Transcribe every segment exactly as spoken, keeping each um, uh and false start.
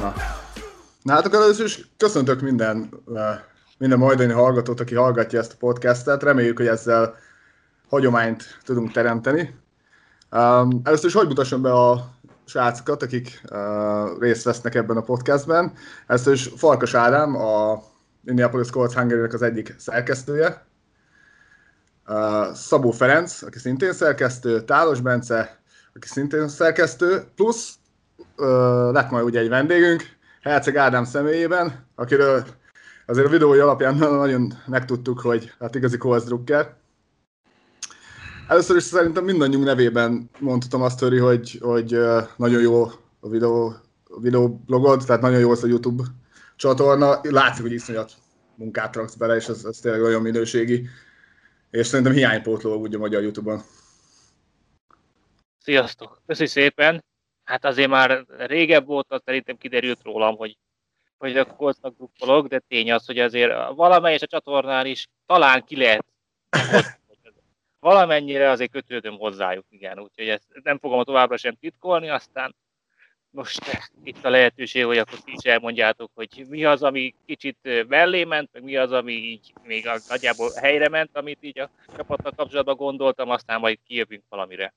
Na, Na hát akkor először is köszöntök minden, minden majdani hallgatót, aki hallgatja ezt a podcastet. Reméljük, hogy ezzel hagyományt tudunk teremteni. Um, először is hogy mutassam be a srácokat, akik uh, részt vesznek ebben a podcastben. Először is Farkas Ádám, a Indianapolis Colts Hungary-nek az egyik szerkesztője. Uh, Szabó Ferenc, aki szintén szerkesztő, Tálos Bence, aki szintén szerkesztő, plusz uh, lett majd ugye egy vendégünk, Herceg Ádám személyében, akiről azért a videói alapján nagyon megtudtuk, hogy hát igazi Colts drukker. Először is szerintem mindannyiunk nevében mondhatom azt, Höri, hogy, hogy nagyon jó a videó, a videoblogod, tehát nagyon jó az a YouTube csatorna. Látszik, hogy iszonyat munkát raksz bele, és ez, ez tényleg olyan minőségi. És szerintem hiánypótló úgy a magyar YouTube-on. Sziasztok! Köszi szépen! Hát azért már régebb volt, szerintem kiderült rólam, hogy, hogy a Coltsnak drukkolok, de tény az, hogy azért valamelyes a csatornán is talán ki lehet valamennyire azért kötődöm hozzájuk, igen, úgyhogy ezt nem fogom továbbra sem titkolni, aztán most itt a lehetőség, hogy akkor ti is elmondjátok, hogy mi az, ami kicsit mellé ment, meg mi az, ami így még a, nagyjából helyre ment, amit így a csapattal kapcsolatban gondoltam, aztán majd kijövünk valamire.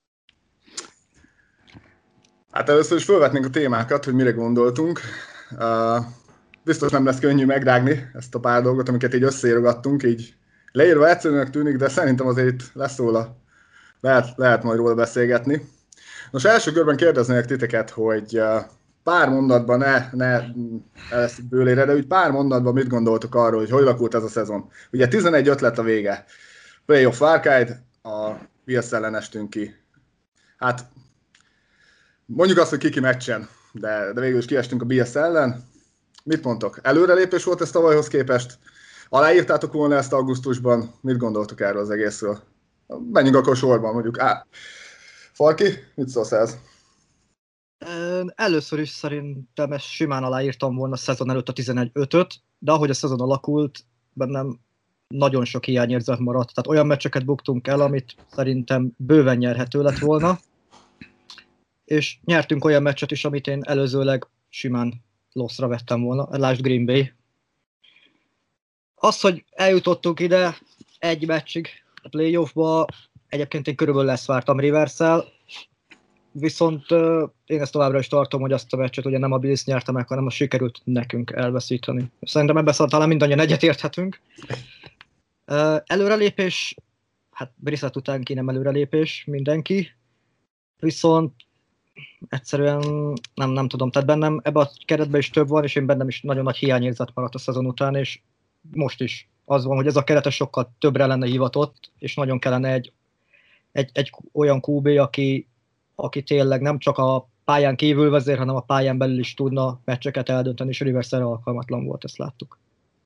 Hát először is felvetnénk a témákat, hogy mire gondoltunk. Uh, biztos nem lesz könnyű megrágni ezt a pár dolgot, amiket így összeírogattunk, így leírva egyszerűnek tűnik, de szerintem azért lesz róla, lehet, lehet majd róla beszélgetni. Nos, első körben kérdeznék titeket, hogy pár mondatban, ne, ne ezt bőlére, de úgy pár mondatban mit gondoltok arról, hogy hogy alakult ez a szezon. Ugye tizenegy öt lett a vége. Playoff Arcade, a Bills ellen estünk ki. Hát mondjuk azt, hogy kiki meccsen, de, de végül is kiestünk a Bills ellen. Mit mondtok? Előrelépés volt ez tavalyhoz képest? Aláírtátok volna ezt augusztusban? Mit gondoltok erről az egészről? Menjünk akkor sorban, mondjuk. Á, Farki, mit szólsz ez? Először is szerintem ezt simán aláírtam volna a szezon előtt a tizenegy ötöt, de ahogy a szezon alakult, bennem nagyon sok hiányérzet maradt. Tehát olyan meccseket buktunk el, amit szerintem bőven nyerhető lett volna. És nyertünk olyan meccset is, amit én előzőleg simán losszra vettem volna. Lásd Green Bay. Az, hogy eljutottunk ide egy meccsig a playoffba, egyébként én körülbelül ezt vártam Rivers-szel, viszont uh, én ezt továbbra is tartom, hogy azt a meccset ugye nem a Bills nyerte meg, hanem a sikerült nekünk elveszíteni. Szerintem ebben talán mindannyian egyetérthetünk. Uh, előrelépés, hát Brissett után ki nem előrelépés mindenki, viszont egyszerűen nem, nem tudom, tehát bennem ebben a keretben is több van, és én bennem is nagyon nagy hiányérzet maradt a szezon után, és most is az van, hogy ez a keret sokkal többre lenne hivatott, és nagyon kellene egy, egy, egy olyan kú bé, aki, aki tényleg nem csak a pályán kívül vezér, hanem a pályán belül is tudna meccseket eldönteni, és Rivers erre alkalmatlan volt, ezt láttuk.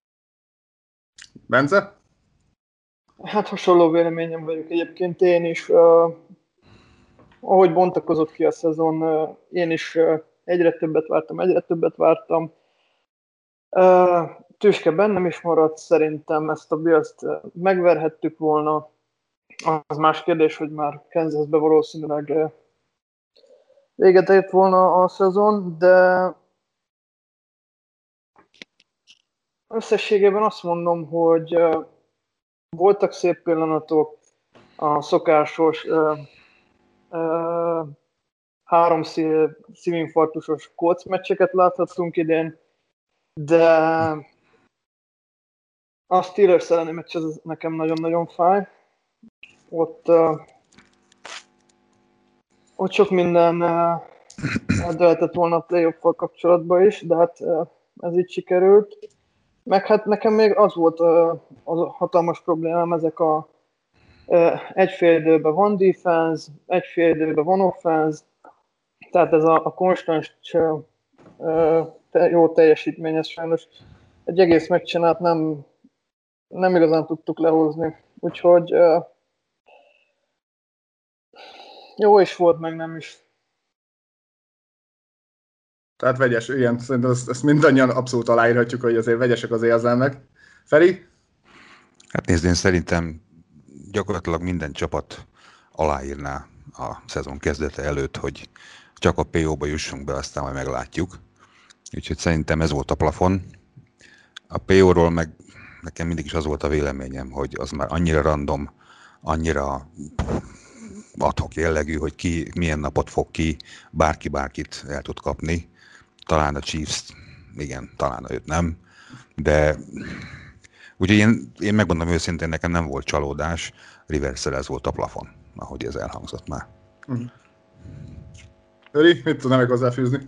Bence? Hát hasonló véleményem vagyok egyébként én is. Uh, ahogy bontakozott ki a szezon, uh, én is uh, egyre többet vártam, egyre többet vártam. Uh, Tüske bennem is maradt, szerintem ezt a Bills-t megverhettük volna. Az más kérdés, hogy már Kansasbe valószínűleg véget ért volna a szezon, de összességében azt mondom, hogy voltak szép pillanatok, a szokásos uh, uh, három szív, szívinfarktusos Colts meccseket láthattunk idén, de a Steelers elleni meccs az nekem nagyon-nagyon fáj. Ott, uh, ott sok minden uh, eldőlhetett volna a playoff-val kapcsolatban is, de hát uh, ez így sikerült. Meg hát nekem még az volt uh, az a hatalmas problémám, ezek a uh, egy fél időben van defense, egy fél időben van offense, tehát ez a, a konstans uh, te, jó teljesítmény, ez sajnos egy egész meccsen át nem, nem igazán tudtuk lehozni. Úgyhogy uh, jó is volt, meg nem is. Tehát vegyes, igen, szerintem ezt, ezt mindannyian abszolút aláírhatjuk, hogy azért vegyesek az érzelmek. Feri? Hát nézd, én szerintem gyakorlatilag minden csapat aláírná a szezon kezdete előtt, hogy csak a pé ó-ba jussunk be, aztán majd meglátjuk. Úgyhogy szerintem ez volt a plafon. A pé ó-ról meg nekem mindig is az volt a véleményem, hogy az már annyira random, annyira ad-hoc jellegű, hogy ki milyen napot fog ki, bárki bárkit el tud kapni. Talán a Chiefs, igen, talán őt nem, de úgyhogy én, én megmondom őszintén, nekem nem volt csalódás, Rivers-szel ez volt a plafon, ahogy ez elhangzott már. Öri, mit tudnál meg hozzáfűzni?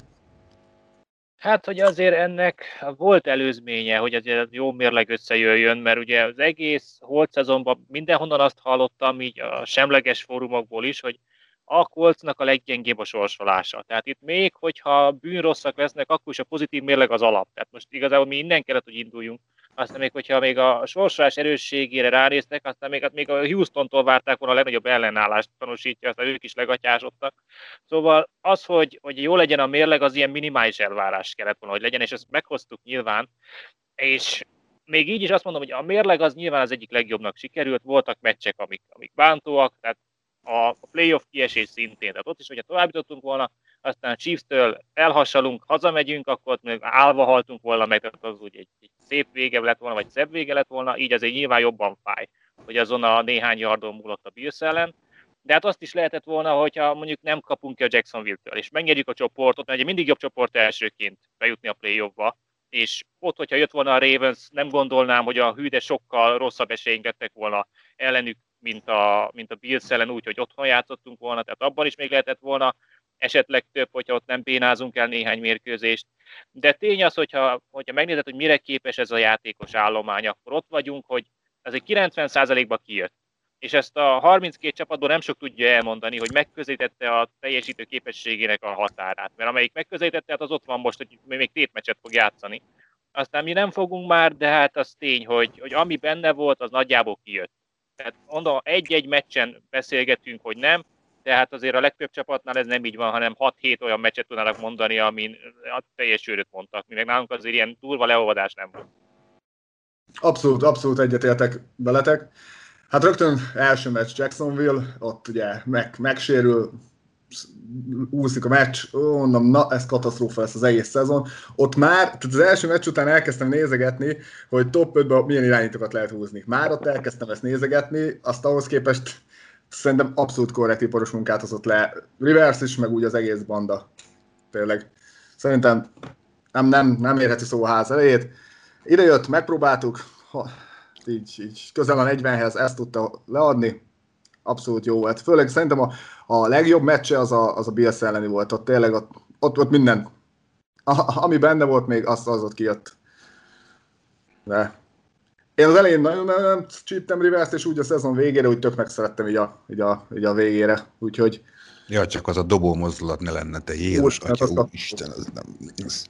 Hát, hogy azért ennek volt előzménye, hogy azért jó mérleg összejöjjön, mert ugye az egész holt szezonban mindenhonnan azt hallottam, így a semleges fórumokból is, hogy a Coltsnak a leggyengébb a sorsolása. Tehát itt még, hogyha bűnrosszak lesznek, akkor is a pozitív mérleg az alap. Tehát most igazából mi innen kellett, hogy induljunk. Aztán még, hogyha még a sorsolás erősségére ránéztek, aztán még, hát még a Houstontól várták volna a legnagyobb ellenállást tanúsítja, aztán ők is legatyásodtak. Szóval az, hogy, hogy jó legyen a mérleg, az ilyen minimális elvárás kellett volna, hogy legyen, és ezt meghoztuk nyilván. És még így is azt mondom, hogy a mérleg az nyilván az egyik legjobbnak sikerült, voltak meccsek, amik, amik bántóak, tehát a playoff kiesés szintén, tehát ott is, hogyha tovább jutottunk volna, aztán Chiefs-től elhasalunk, hazamegyünk, akkor ott még állva haltunk volna meg, tehát az úgy egy, egy szép vége lett volna, vagy szebb vége lett volna, így azért nyilván jobban fáj, hogy azon a néhány yardon múlott a Bills ellen. De hát azt is lehetett volna, hogyha mondjuk nem kapunk ki a Jacksonville-től, és megnyerjük a csoportot, mert ugye mindig jobb csoport elsőként bejutni a playoffba, és ott, hogyha jött volna a Ravens, nem gondolnám, hogy a Hűde sokkal rosszabb esélyünk lettek volna ellenük, mint a, mint a Bills ellen, úgy, hogy otthon játszottunk volna, tehát abban is még lehetett volna esetleg több, hogyha ott nem bénázunk el néhány mérkőzést. De tény az, hogyha, hogyha megnézed, hogy mire képes ez a játékos állomány, akkor ott vagyunk, hogy ez egy kilencven százalékba kijött. És ezt a harminckét csapatból nem sok tudja elmondani, hogy megközelítette a teljesítő képességének a határát. Mert amelyik megközelítette, hát az ott van most, hogy még tétmeccset fog játszani. Aztán mi nem fogunk már, de hát az tény, hogy, hogy ami benne volt, az nagyjából kijött. Tehát mondom, egy-egy meccsen beszélgetünk, hogy nem, tehát azért a legtöbb csapatnál ez nem így van, hanem hat-hét olyan meccset tudnának mondani, amin a teljes sőröt mondtak. Mi meg nálunk azért ilyen durva leolvadás nem volt. Abszolút, abszolút egyetértek veletek. Hát rögtön első meccs Jacksonville, ott ugye meg, megsérül, úszik a meccs, mondom, na ez katasztrófa lesz az egész szezon. Ott már, tehát az első meccs után elkezdtem nézegetni, hogy top ötben milyen irányítókat lehet húzni. Már ott elkezdtem ezt nézegetni, azt ahhoz képest szerintem abszolút korrekt iparos munkát hozott le Rivers is, meg úgy az egész banda. Tényleg. Szerintem nem, nem, nem érheti szó a ház elejét. Ide jött, megpróbáltuk, ha, így, így közel a negyvenhez ezt tudta leadni. Abszolút jó volt. Főleg szerintem a, a legjobb meccse az a, az a Bills elleni volt. Ott tényleg ott, ott, ott minden, a, ami benne volt még, az, az ott kijött. De én az elején nagyon nem csíptem Rivers-t, és úgy a szezon végére, úgy tök megszerettem így a, így a, így a végére. Úgyhogy... Ja, csak az a dobó mozdulat ne lenne, te Jézus, atya, úristen, az nem... Ez...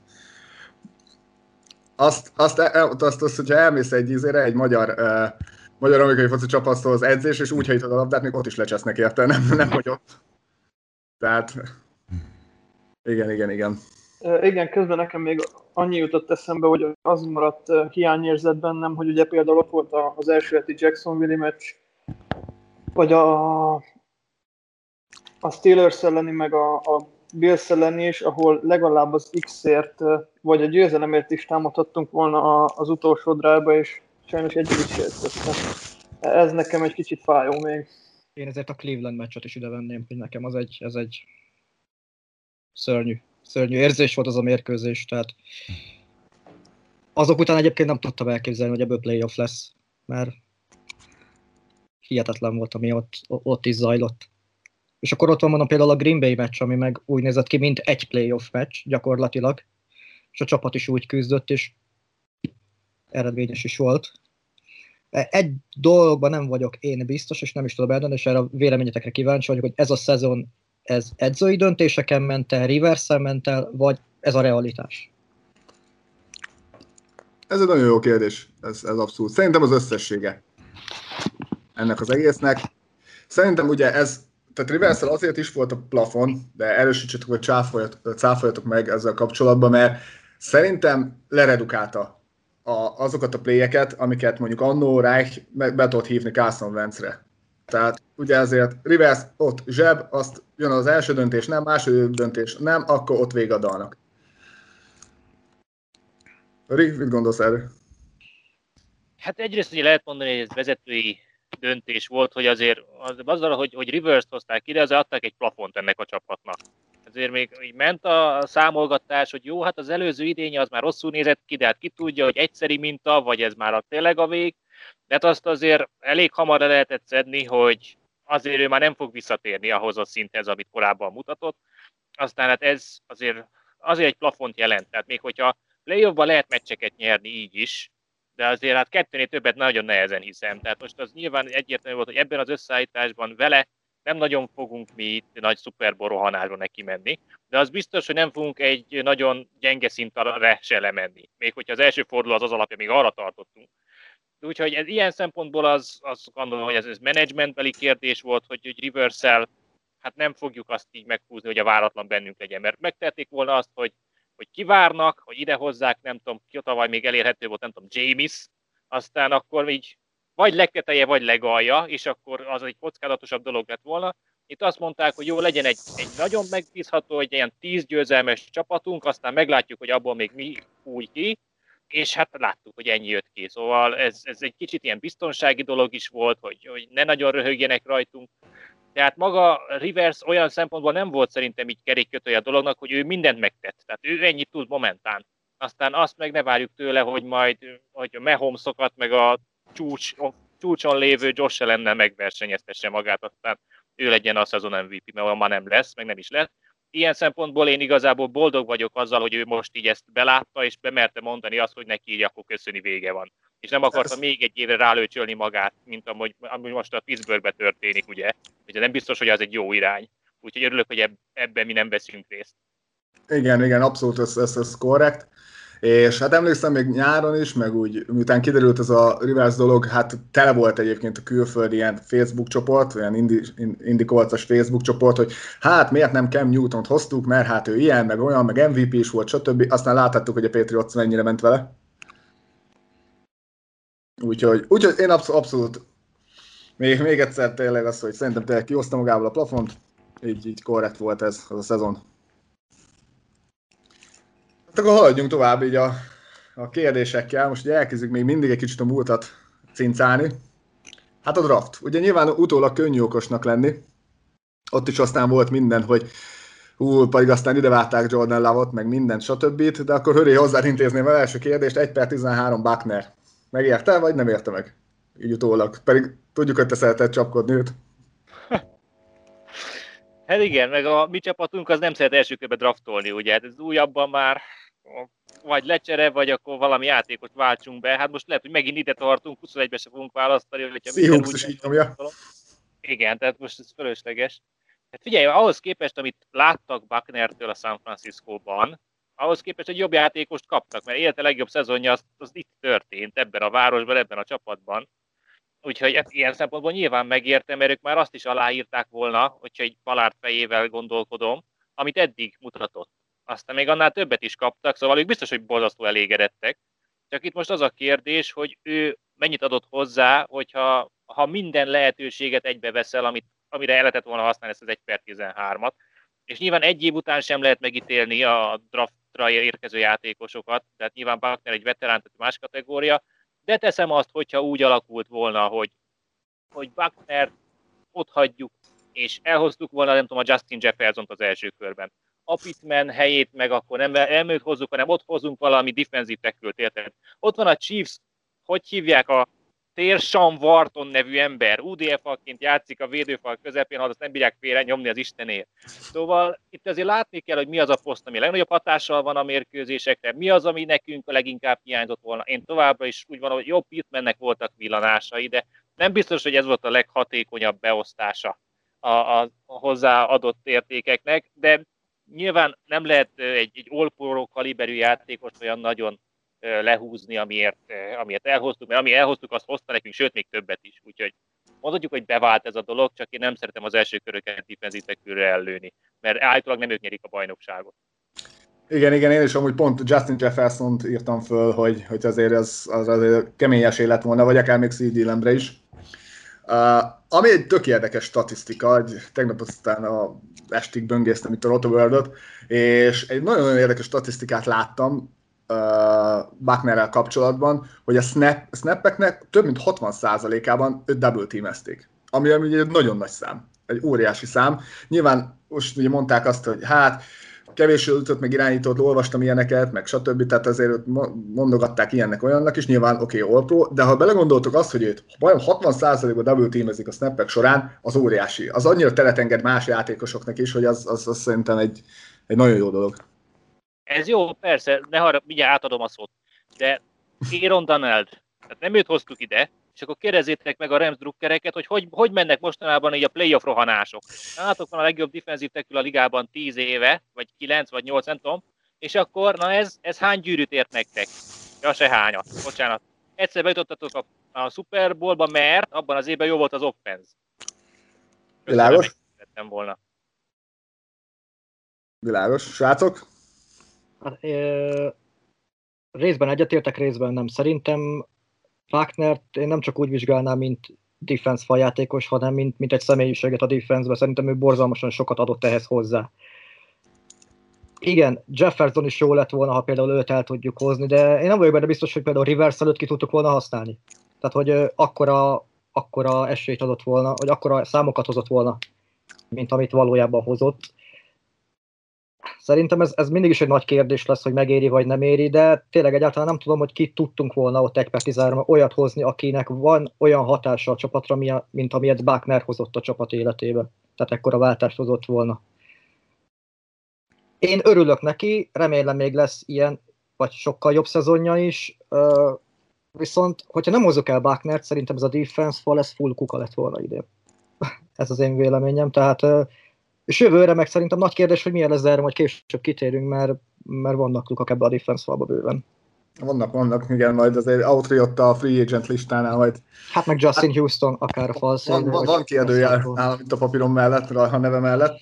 Azt, azt, azt, azt, azt, hogyha elmész egy ízére, egy magyar, uh, magyar amerikai foci csapathoz az edzés, és úgy hajtod a labdát, még ott is lecsesznek érte, nem, nem hogy ott. Tehát, igen, igen, igen. Uh, igen, közben nekem még annyi jutott eszembe, hogy az maradt uh, hiányérzet bennem, hogy ugye például ott volt az első heti Jacksonville meccs, vagy a, a Steelers elleni, meg a, a Bills elleni is, ahol legalább az X-ért, vagy a győzelemért is támadhattunk volna az utolsó drive-ba, és sajnos egyik is értettem. Ez nekem egy kicsit fájó még. Én ezért a Cleveland meccset is ide venném, hogy nekem az egy, ez egy szörnyű, szörnyű érzés volt az a mérkőzés, tehát azok után egyébként nem tudtam elképzelni, hogy ebből playoff lesz, mert hihetetlen volt, ami ott, ott is zajlott. És akkor ott van mondom például a Green Bay meccs, ami meg úgy nézett ki, mint egy playoff meccs gyakorlatilag, és a csapat is úgy küzdött, és eredményes is volt. Egy dologban nem vagyok én biztos, és nem is tudom eldönteni, és erre a véleményetekre kíváncsi vagyok, hogy ez a szezon, ez edzői döntéseken ment el, Rivers-en ment el, vagy ez a realitás? Ez egy nagyon jó kérdés, ez, ez abszolút. Szerintem az összessége ennek az egésznek. Szerintem ugye ez, tehát Rivers-szel azért is volt a plafon, de erősítsetek, hogy cáfoljatok meg ezzel kapcsolatban, mert szerintem leredukálta a, azokat a playeket, amiket mondjuk annó Reich be tudott hívni Carson Wentzre. Tehát ugye azért Rivers ott zseb, azt jön az első döntés nem, második döntés nem, akkor ott végadalnak. Ri, mit gondolsz erről? Hát egyrészt ugye lehet mondani, hogy ez vezetői döntés volt, hogy azért az, azzal, hogy, hogy Rivers-t hozták ide, azért adták egy plafont ennek a csapatnak. Azért még így ment a számolgatás, hogy jó, hát az előző idénye az már rosszul nézett ki, de hát ki tudja, hogy egyszeri minta, vagy ez már a tényleg a vég. De hát azt azért elég hamar le lehetett szedni, hogy azért ő már nem fog visszatérni ahhoz a szinthez, amit korábban mutatott. Aztán hát ez azért, azért egy plafont jelent. Tehát még hogyha playoffban lehet meccseket nyerni így is, de azért hát kettőnél többet nagyon nehezen hiszem. Tehát most az nyilván egyértelmű volt, hogy ebben az összeállításban vele nem nagyon fogunk mi itt nagy Super Bowl rohanásra neki menni, de az biztos, hogy nem fogunk egy nagyon gyenge szintre se lemenni. Még hogyha az első forduló az az alapja, még arra tartottunk. Úgyhogy ez ilyen szempontból az, az gondolom, hogy ez, ez menedzsmentbeli kérdés volt, hogy, hogy Rivers-szel hát nem fogjuk azt így meghúzni, hogy a váratlan bennünk legyen, mert megtehették volna azt, hogy, hogy kivárnak, hogy idehozzák, nem tudom, ki tavaly még elérhető volt, nem tudom, James, aztán akkor így vagy legteteje, vagy legalja, és akkor az egy kockázatosabb dolog lett volna. Itt azt mondták, hogy jó, legyen egy, egy nagyon megbízható, egy ilyen tíz győzelmes csapatunk, aztán meglátjuk, hogy abból még mi új ki, és hát láttuk, hogy ennyi jött ki. Szóval ez, ez egy kicsit ilyen biztonsági dolog is volt, hogy, hogy ne nagyon röhögjenek rajtunk. Tehát maga Rivers olyan szempontból nem volt szerintem így kerékkötője a dolognak, hogy ő mindent megtett. Tehát ő ennyit tud momentán. Aztán azt meg ne várjuk tőle, hogy majd hogy a Mahomesokat, meg a csúcs, a csúcson lévő Josh Allennel megversenyeztesse magát, aztán ő legyen a szezon em vé pé, mert ma nem lesz, meg nem is lesz. Ilyen szempontból én igazából boldog vagyok azzal, hogy ő most így ezt belátta, és bemerte mondani azt, hogy neki így akkor köszöni vége van. És nem akarta még egy évre rálőcsölni magát, mint amúgy, amúgy most a Pittsburghbe történik, ugye. Ugye nem biztos, hogy az egy jó irány. Úgyhogy örülök, hogy eb- ebben mi nem veszünk részt. Igen, igen, abszolút ez, ez, ez korrekt. És hát emlékszem még nyáron is, meg úgy, miután kiderült ez a Rivers dolog, hát tele volt egyébként a külföldi ilyen Facebook csoport, olyan indi, indi kolcas Facebook csoport, hogy hát miért nem Cam Newtont hoztuk, mert hát ő ilyen, meg olyan, meg em vé pé is volt, stb. Aztán láthattuk, hogy a Patriots mennyire ment vele. Úgyhogy, úgyhogy én absz- abszolút még, még egyszer tényleg azt, hogy szerintem tényleg kihozta magából a plafont, így, így korrekt volt ez az a szezon. Hát akkor haladjunk tovább így a, a kérdésekkel. Most ugye elkezdjük még mindig egy kicsit a múltat cincálni. Hát a draft. Ugye nyilván utólag könnyű okosnak lenni. Ott is aztán volt minden, hogy hú, pedig aztán ideválták Jordan Love-ot, meg mindent, stb. De akkor höré hozzád intézném az első kérdést. egy per tizenhárom Buckner. Megérte, vagy nem érte meg? Így utólag. Pedig tudjuk, hogy te szereted csapkodni őt. Hát igen, meg a mi csapatunk az nem szeret első körbe draftolni, ugye, hát ez újabban már vagy lecsere, vagy akkor valami játékot váltsunk be. Hát most lehet, hogy megint ide tartunk, huszonegyben se fogunk választani, hogyha minden úgy... is így nyomja. Igen, tehát most ez fölösleges. Hát figyelj, ahhoz képest, amit láttak Bucknertől a San Franciscóban, ahhoz képest egy jobb játékost kaptak, mert élete legjobb szezonja az, az itt történt, ebben a városban, ebben a csapatban. Úgyhogy ilyen szempontból nyilván megértem, mert ők már azt is aláírták volna, hogyha egy Ballard fejével gondolkodom, amit eddig mutatott. Aztán még annál többet is kaptak, szóval ők biztos, hogy borzasztó elégedettek. Csak itt most az a kérdés, hogy ő mennyit adott hozzá, hogyha ha minden lehetőséget egybe veszel, amit, amire el lehetett volna használni ezt az egy per tizenhármat. És nyilván egy év után sem lehet megítélni a draftra érkező játékosokat, tehát nyilván Buckner egy veterán, tehát más kategória, de teszem azt, hogyha úgy alakult volna, hogy, hogy Buckner ott hagyjuk, és elhoztuk volna, nem tudom, a Justin Jeffersont az első körben. A Pittman helyét meg akkor nem elmőt hozzuk, hanem ott hozunk valami defensív tackle-t, érted? Ott van a Chiefs, hogy hívják a Tér Sean Wharton nevű ember, u dé ef-aként játszik a védőfal közepén, ha azt nem bírják félre nyomni az Istenért. Szóval itt azért látni kell, hogy mi az a poszt, ami a legnagyobb hatással van a mérkőzésekre, mi az, ami nekünk a leginkább hiányzott volna. Én továbbra is úgy van, hogy jobb Pittmannek voltak villanásai, de nem biztos, hogy ez volt a leghatékonyabb beosztása a, a, a hozzáadott értékeknek, de nyilván nem lehet egy, egy all-pro kaliberű játékost olyan nagyon lehúzni, amiért, amiért elhoztuk, mert ami elhoztuk, azt hozta nekünk, sőt, még többet is. Úgyhogy mondhatjuk, hogy bevált ez a dolog, csak én nem szeretem az első köröket defenzítekülre ellőni, mert állítólag nem ők nyerik a bajnokságot. Igen, igen, én is amúgy pont Justin Jeffersont írtam föl, hogy, hogy azért az, az azért kemény esély lett volna, vagy akár még CeeDee Lambre is. Uh, ami egy tök érdekes statisztika, hogy tegnap aztán a estig böngésztem itt a Rotoworldot, és egy nagyon-nagyon érdekes statisztikát láttam. uh, Bucknerrel kapcsolatban, hogy a snap, snappeknek több mint hatvan százalékában őt double teamezték. Ami, ami egy nagyon nagy szám, egy óriási szám. Nyilván most ugye mondták azt, hogy hát kevés ütött, meg irányított, olvastam ilyeneket, meg stb. Tehát azért mondogatták ilyennek olyannak is, nyilván oké, okay, all-pro, de ha belegondoltok azt, hogy őt majdnem hatvan százalékban double teamezik a snappek során, az óriási. Az annyira teret enged más játékosoknak is, hogy az, az, az szerintem egy, egy nagyon jó dolog. Ez jó, persze, ne harag, mindjárt átadom a szót, de Aaron Donald, tehát nem őt hoztuk ide, és akkor kérdezzétek meg a Rams drukkereket, hogy, hogy hogy mennek mostanában így a playoff rohanások. Látok, van a legjobb defensív tackle a ligában tíz éve, vagy kilenc, vagy nyolc, nem tudom, és akkor, na ez, ez hány gyűrűt ért nektek? Ja, se hányat, bocsánat. Egyszer bejutottatok a, a Super Bowlba, mert abban az évben jó volt az offense. Világos? Volna. Világos. Srácok? Hát, ö, részben egyetértek, részben nem. Szerintem Bucknert én nem csak úgy vizsgálnám, mint defense faljátékos, hanem mint, mint egy személyiséget a defense-be. Szerintem ő borzalmasan sokat adott ehhez hozzá. Igen, Jefferson is jó lett volna, ha például őt el tudjuk hozni, de én nem vagyok benne biztos, hogy például Rivers előtt ki tudtuk volna használni. Tehát, hogy ö, akkora, akkora esélyt adott volna, vagy akkora számokat hozott volna, mint amit valójában hozott. Szerintem ez, ez mindig is egy nagy kérdés lesz, hogy megéri vagy nem éri, de tényleg egyáltalán nem tudom, hogy kit tudtunk volna ott egypertizára olyat hozni, akinek van olyan hatása a csapatra, mint amilyet Buckner hozott a csapat életébe. Tehát ekkora váltást hozott volna. Én örülök neki, remélem még lesz ilyen, vagy sokkal jobb szezonja is, viszont hogyha nem hozzuk el Bucknert, szerintem ez a defense fal, ez full kuka lett volna idén. Ez az én véleményem, tehát és jövőre meg szerintem nagy kérdés, hogy milyen lesz, erre majd később kitérünk, mert, mert vannak lukak ebbe a defense falba bőven. Vannak, vannak, igen, majd azért outriott a free agent listánál majd. Hát meg Justin hát, Houston, akár a falszél. Van, van, van kérdőjel nálam itt a papírom mellett, a neve mellett.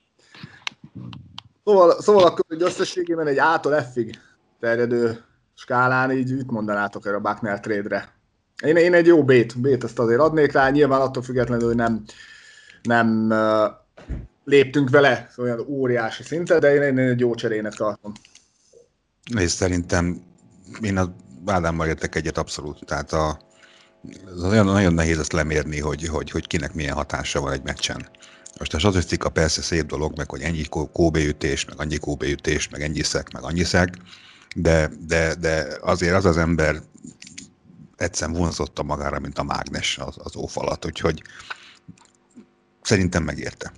Szóval, szóval akkor egy összességében egy A-tól F-ig terjedő skálán így mit mondanátok erre a Buckner trade-re? Én, én egy jó B-t, B-t ezt azért adnék rá, nyilván attól függetlenül, hogy nem, nem uh, léptünk vele olyan óriási szintre, de én, én egy jó cserének tartom. És szerintem én az Ádámmal értek egyet abszolút. Tehát a, nagyon, nagyon nehéz ezt lemérni, hogy, hogy, hogy kinek milyen hatása van egy meccsen. Most a statisztika persze szép dolog, meg hogy ennyi kó bé ütés, meg annyi kó bé ütés, meg ennyi szek, meg annyi szek, de, de, de azért az az ember egyszerűen vonzotta magára, mint a mágnes az, az ófalat, úgyhogy szerintem megérte.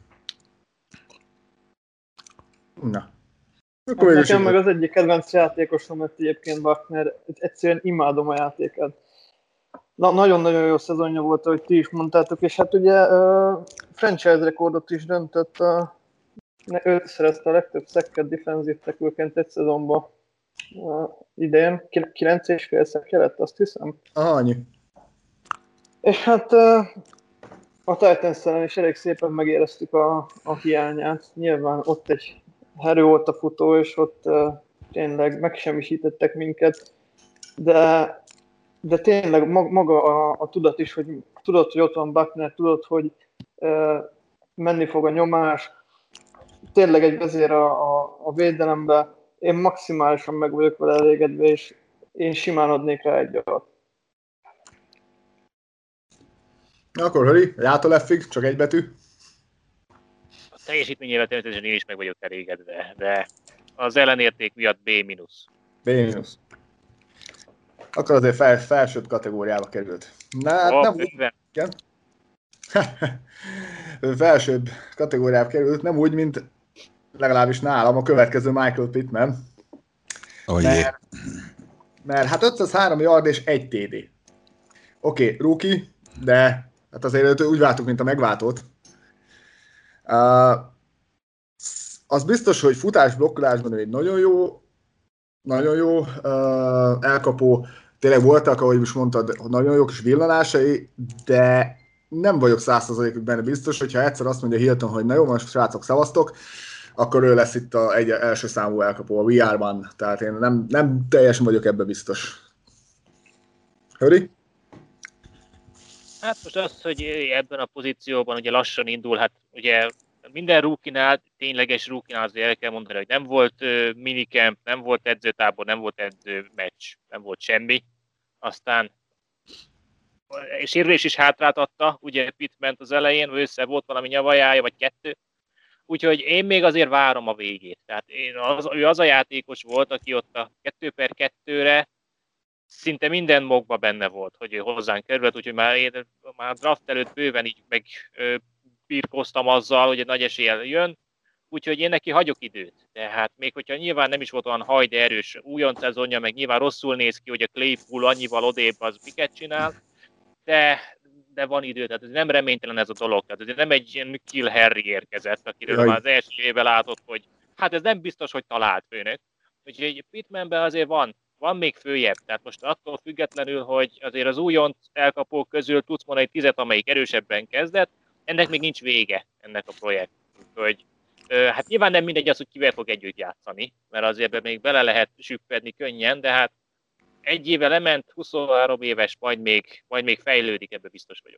Na. Hát nekem meg az egyik kedvenc játékosom lett egyébként Buckner, egyszerűen imádom a játékát. Na, nagyon-nagyon jó szezonja volt, ahogy ti is mondtátok, és hát ugye uh, franchise rekordot is döntött, uh, őt szerezte a legtöbb szekket defensív tackle-ként egy szezonban uh, idén, kilenc és fél szekje lett, azt hiszem. Aha, annyi. És hát uh, a Titans-ellen is elég szépen megéreztük a, a hiányát. Nyilván ott egy herő volt a futó, és ott uh, tényleg megsemmisítettek minket, de de tényleg maga a, a tudat is, hogy tudod, hogy ott van Buckner, tudod, hogy uh, menni fog a nyomás, tényleg egy vezér a, a, a védelembe, én maximálisan meg vagyok vele elégedve, és én simán adnék rá egy alatt. Na akkor Höri, jától F-ig, csak egy betű. A teljesítményével természetesen én is meg vagyok elégedve, de az ellenérték miatt B mínusz. B mínusz. Akkor azért fel, felsőbb kategóriába került. Na, hát oh, nem úgy, igen. Felsőbb kategóriába került, nem úgy, mint legalábbis nálam a következő Michael Pittman. Oh, mert, mert hát ötszázhárom yard és egy té dé. Oké, okay, rookie, de hát azért úgy váltuk, mint a megváltót. Uh, az biztos, hogy futás blokkolásban egy nagyon jó, nagyon jó uh, elkapó. Tényleg voltak, ahogy most mondtad, nagyon jó kis villanásai, de nem vagyok száz százalékig benne biztos, hogyha egyszer azt mondja Hilton, hogy na jó, most srácok, szavaztok, akkor ő lesz itt az első számú elkapó a vé er-ban. Tehát én nem, nem teljesen vagyok ebbe biztos. Höri? Hát most az, hogy ebben a pozícióban ugye lassan indul, hát ugye Minden rookinál, tényleges rookinál azért el kell mondani, hogy nem volt uh, minicamp, nem volt edzőtábor, nem volt edzőmeccs, nem volt semmi. Aztán sérülés is hátrát adta, ugye Pittment az elején, össze volt valami nyavajája, vagy kettő. Úgyhogy én még azért várom a végét. Tehát én az, ő az a játékos volt, aki ott a kettő per kettőre szinte minden mokba benne volt, hogy ő hozzánk került, úgyhogy már, én, már draft előtt bőven így meg ö, birkoztam azzal, hogy egy nagy eséllyel jön, úgyhogy én neki hagyok időt. Tehát még hogyha nyilván nem is volt olyan hajde erős újon szezonja, meg nyilván rosszul néz ki, hogy a Claypool annyival odébb az miket csinál, de, de van idő, tehát ez nem reménytelen ez a dolog, tehát ez nem egy ilyen Kill Harry érkezett, akiről Jaj. már az első évben látott, hogy hát ez nem biztos, hogy talált főnök. Úgyhogy Pittmanben azért van, van még följebb, tehát most attól függetlenül, hogy azért az újonc elkapók közül tudsz mondani egy tizet, amelyik erősebben kezdett, ennek még nincs vége, ennek a projekt. Úgyhogy hát nyilván nem mindegy az, hogy kivel fog együtt játszani, mert azért még bele lehet süppedni könnyen, de hát egy éve lement, huszonhárom éves, majd még, majd még fejlődik, ebben biztos vagyok.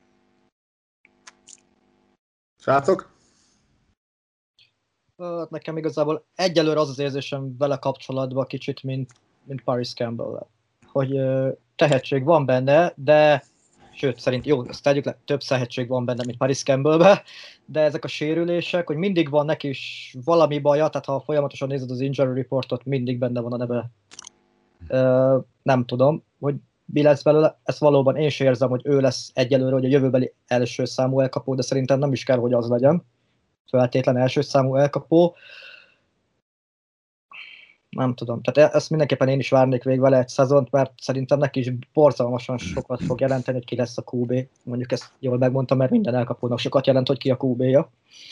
Srácok? Hát nekem igazából egyelőre az az érzésem vele kapcsolatban kicsit, mint, mint Paris Campbell-lel. Hogy tehetség van benne, de sőt, szerint jó, azt tegyük le, több tehetség van benne, mint Paris Campbell-be, de ezek a sérülések, hogy mindig van neki is valami baja, tehát ha folyamatosan nézed az injury reportot, mindig benne van a neve. Uh, nem tudom, hogy mi lesz belőle, ezt valóban én sem érzem, hogy ő lesz egyelőre, hogy a jövőbeli első számú elkapó, de szerintem nem is kell, hogy az legyen. Feltétlen első számú elkapó. Nem tudom, tehát ezt mindenképpen én is várnék végig vele egy szezont, mert szerintem neki is borzalmasan sokat fog jelenteni, hogy ki lesz a kú bé. Mondjuk ezt jól megmondtam, mert minden elkapónak sokat jelent, hogy ki a kú bé-ja.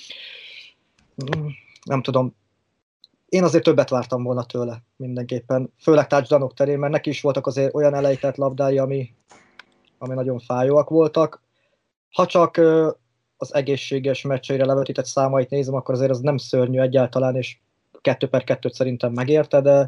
Nem tudom. Én azért többet vártam volna tőle mindenképpen, főleg touchdownok terén, mert neki is voltak azért olyan elejtett labdái, ami, ami nagyon fájóak voltak. Ha csak az egészséges meccseire levetített számait nézem, akkor azért az nem szörnyű egyáltalán, és kettő per kettőt szerintem megérte, de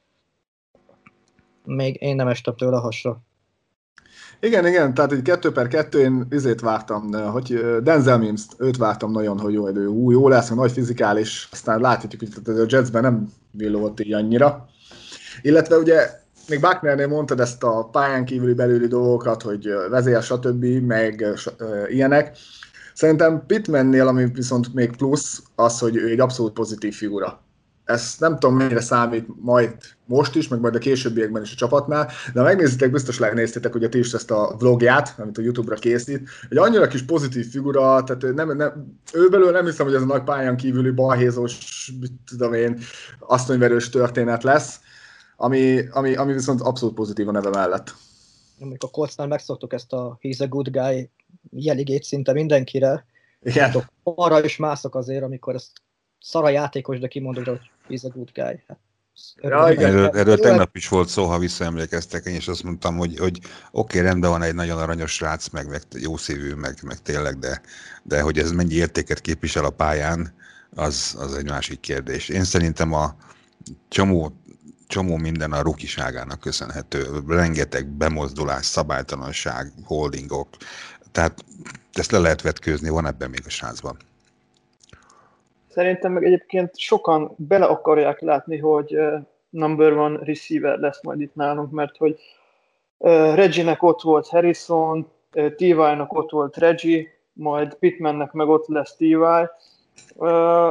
még én nem estem tőle a hasra. Igen, igen, tehát egy kettő per kettő, én izét vártam, hogy Denzel Mims-t, őt vártam nagyon, hogy jó, jó, jó lesz, nagy fizikális, aztán láthatjuk, hogy a Jetsben nem villogott így annyira. Illetve ugye még Bucknernél mondtad ezt a pályán kívüli belüli dolgokat, hogy vezér, stb., meg ilyenek. Szerintem Pittmannél, ami viszont még plusz, az, hogy ő egy abszolút pozitív figura. Ezt nem tudom, mennyire számít majd most is, meg majd a későbbiekben is a csapatnál, de ha megnézitek, biztos megnéztétek ugye ti is ezt a vlogját, amit a YouTube-ra készít, egy annyira kis pozitív figura, tehát nem, nem, ő belőle nem hiszem, hogy ez a nagy pályán kívüli balhézós, mit tudom én, asztonyverős történet lesz, ami, ami, ami viszont abszolút pozitív a neve mellett. Amikor a Coltsnál megszoktuk ezt a he's a good guy jeligét szinte mindenkire, igen. Arra is mászok azért, amikor ezt szara játékos, de kimondod, hogy he's a good guy. Hát, ja, erről, erről tegnap is volt szó, ha visszaemlékeztek, én is azt mondtam, hogy, hogy oké, okay, rendben van egy nagyon aranyos srác, meg, meg jó szívű, meg, meg tényleg, de, de hogy ez mennyi értéket képvisel a pályán, az, az egy másik kérdés. Én szerintem a csomó, csomó minden a rukiságának köszönhető. Rengeteg bemozdulás, szabálytalanság, holdingok, tehát ezt le lehet vetkőzni, van ebben még a srácban. Szerintem meg egyébként sokan bele akarják látni, hogy uh, number one receiver lesz majd itt nálunk, mert hogy uh, Reggie-nek ott volt Harrison, uh, té vaj-nak ott volt Reggie, majd Pittmannek meg ott lesz té vaj. Uh,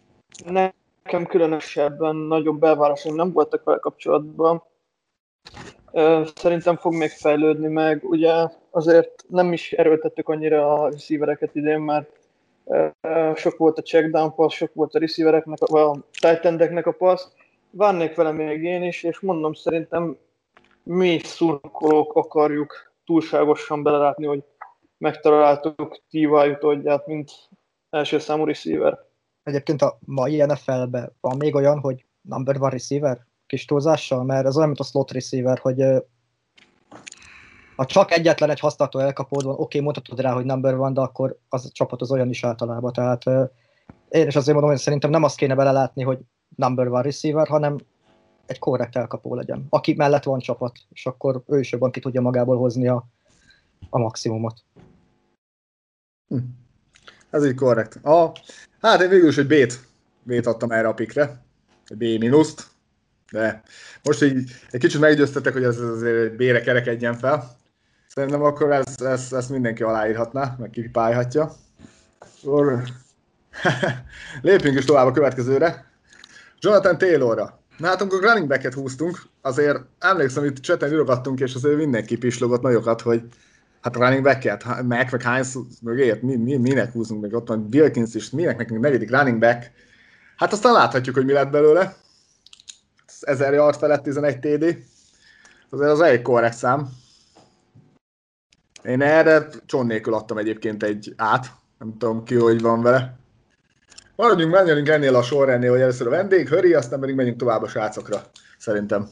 nekem különösebben nagyobb elvárásaim nem voltak vele kapcsolatban. Uh, szerintem fog még fejlődni meg. Ugye azért nem is erőltettük annyira a receivereket idén, mert Uh, sok volt a check down pass, sok volt a receivereknek, a, a tight endeknek a pass. Várnék vele még én is, és mondom, szerintem mi szurkolók akarjuk túlságosan belelátni, hogy megtaláltuk té vaj utódját, mint első számú receiver. Egyébként a mai en ef el-ben van még olyan, hogy number one receiver kis túlzással, mert ez olyan, mint a slot receiver, hogy uh, ha csak egyetlen egy használatú elkapód van, oké, mondhatod rá, hogy number one, de akkor az a csapat az olyan is általában. Tehát uh, én is azért mondom, hogy szerintem nem azt kéne belelátni, hogy number one receiver, hanem egy korrekt elkapó legyen, aki mellett van csapat, és akkor ő is jobban ki tudja magából hozni a, a maximumot. Hm. Ez így korrekt. Ah, hát én végül is egy B-t, B-t adtam erre a pikre, egy B-minuszt, de most így egy kicsit meggyőztetek, hogy ez azért egy B-re kerekedjen fel. Szerintem akkor ezt, ezt, ezt mindenki aláírhatná, meg kipipálhatja. Lépjünk is tovább a következőre. Jonathan Taylorra. Na hát amikor running backet húztunk, azért emlékszem, itt chaten írogattunk, és azért mindenki pislogott nagyokat, hogy hát running backet, Mac meg Hines mögé, mi, mi, minek húzunk meg, ott van Wilkins is, minek nekünk negyedik running back. Hát aztán láthatjuk, hogy mi lett belőle. ezer yard felett tizenegy té dé. Azért az elég korrekt szám. Én erre cson nélkül adtam egyébként egy át. Nem tudom ki, hogy van vele. Maradjunk, menjünk ennél a sorrendnél, hogy először a vendég, Höri, aztán pedig menjünk tovább a srácokra, szerintem.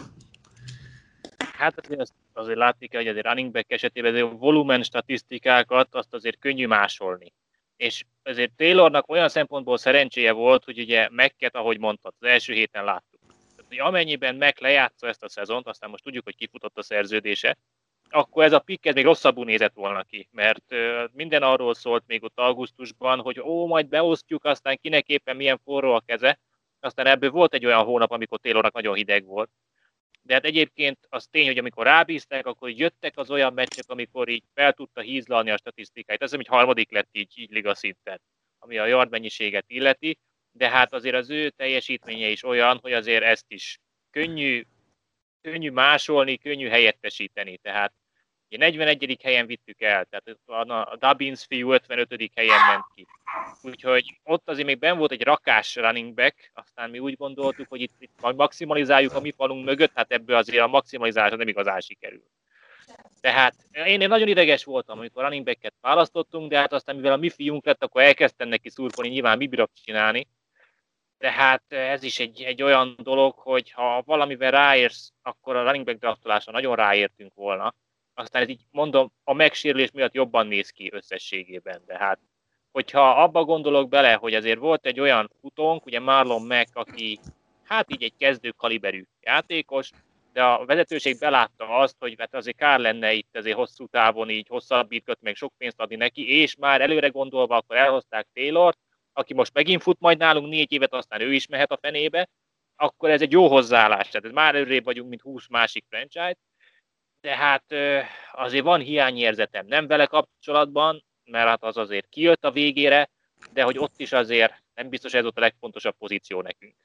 Hát azért, azért látni kell, hogy azért running back esetében azért a volumen statisztikákat azt azért könnyű másolni. És azért Taylornak olyan szempontból szerencséje volt, hogy ugye Mac-et, ahogy mondtad, az első héten láttuk. Tehát, hogy amennyiben Mac lejátsza ezt a szezont, aztán most tudjuk, hogy kifutott a szerződése, akkor ez a pick ez még rosszabbul nézett volna ki, mert minden arról szólt még ott augusztusban, hogy ó, majd beosztjuk, aztán kinek éppen milyen forró a keze, aztán ebből volt egy olyan hónap, amikor Taylornak nagyon hideg volt. De hát egyébként az tény, hogy amikor rábízták, akkor jöttek az olyan meccsek, amikor így fel tudta hízlalni a statisztikáit. Ez egy harmadik lett így, így liga szinten, ami a yard mennyiséget illeti, de hát azért az ő teljesítménye is olyan, hogy azért ezt is könnyű, könnyű másolni, könnyű helyettesíteni. Tehát ugye negyvenegyedik helyen vittük el, tehát a Dobbins fiú ötvenötödik helyen ment ki. Úgyhogy ott azért még benn volt egy rakás running back, aztán mi úgy gondoltuk, hogy itt, itt majd maximalizáljuk a mi falunk mögött, hát ebből azért a maximalizálás nem igazán sikerül. Tehát én, én nagyon ideges voltam, amikor running backet választottunk, de hát aztán mivel a mi fiunk lett, akkor elkezdtem neki szurkolni, nyilván mi bírok csinálni. Tehát ez is egy, egy olyan dolog, hogy ha valamivel ráérsz, akkor a running back draftolásra nagyon ráértünk volna. Aztán ez így mondom, a megsérülés miatt jobban néz ki összességében. De hát, hogyha abba gondolok bele, hogy azért volt egy olyan futónk, ugye Marlon Mack, aki hát így egy kezdő kaliberű játékos, de a vezetőség belátta azt, hogy hát azért kár lenne itt azért hosszú távon így hosszabbítgat, meg sok pénzt adni neki, és már előre gondolva akkor elhozták Taylort, aki most megint fut majd nálunk négy évet, aztán ő is mehet a fenébe, akkor ez egy jó hozzáállás, tehát ez már előrébb vagyunk, mint húsz másik franchise, de hát azért van hiányérzetem, nem vele kapcsolatban, mert hát az azért kijött a végére, de hogy ott is azért nem biztos ez ott a legfontosabb pozíció nekünk.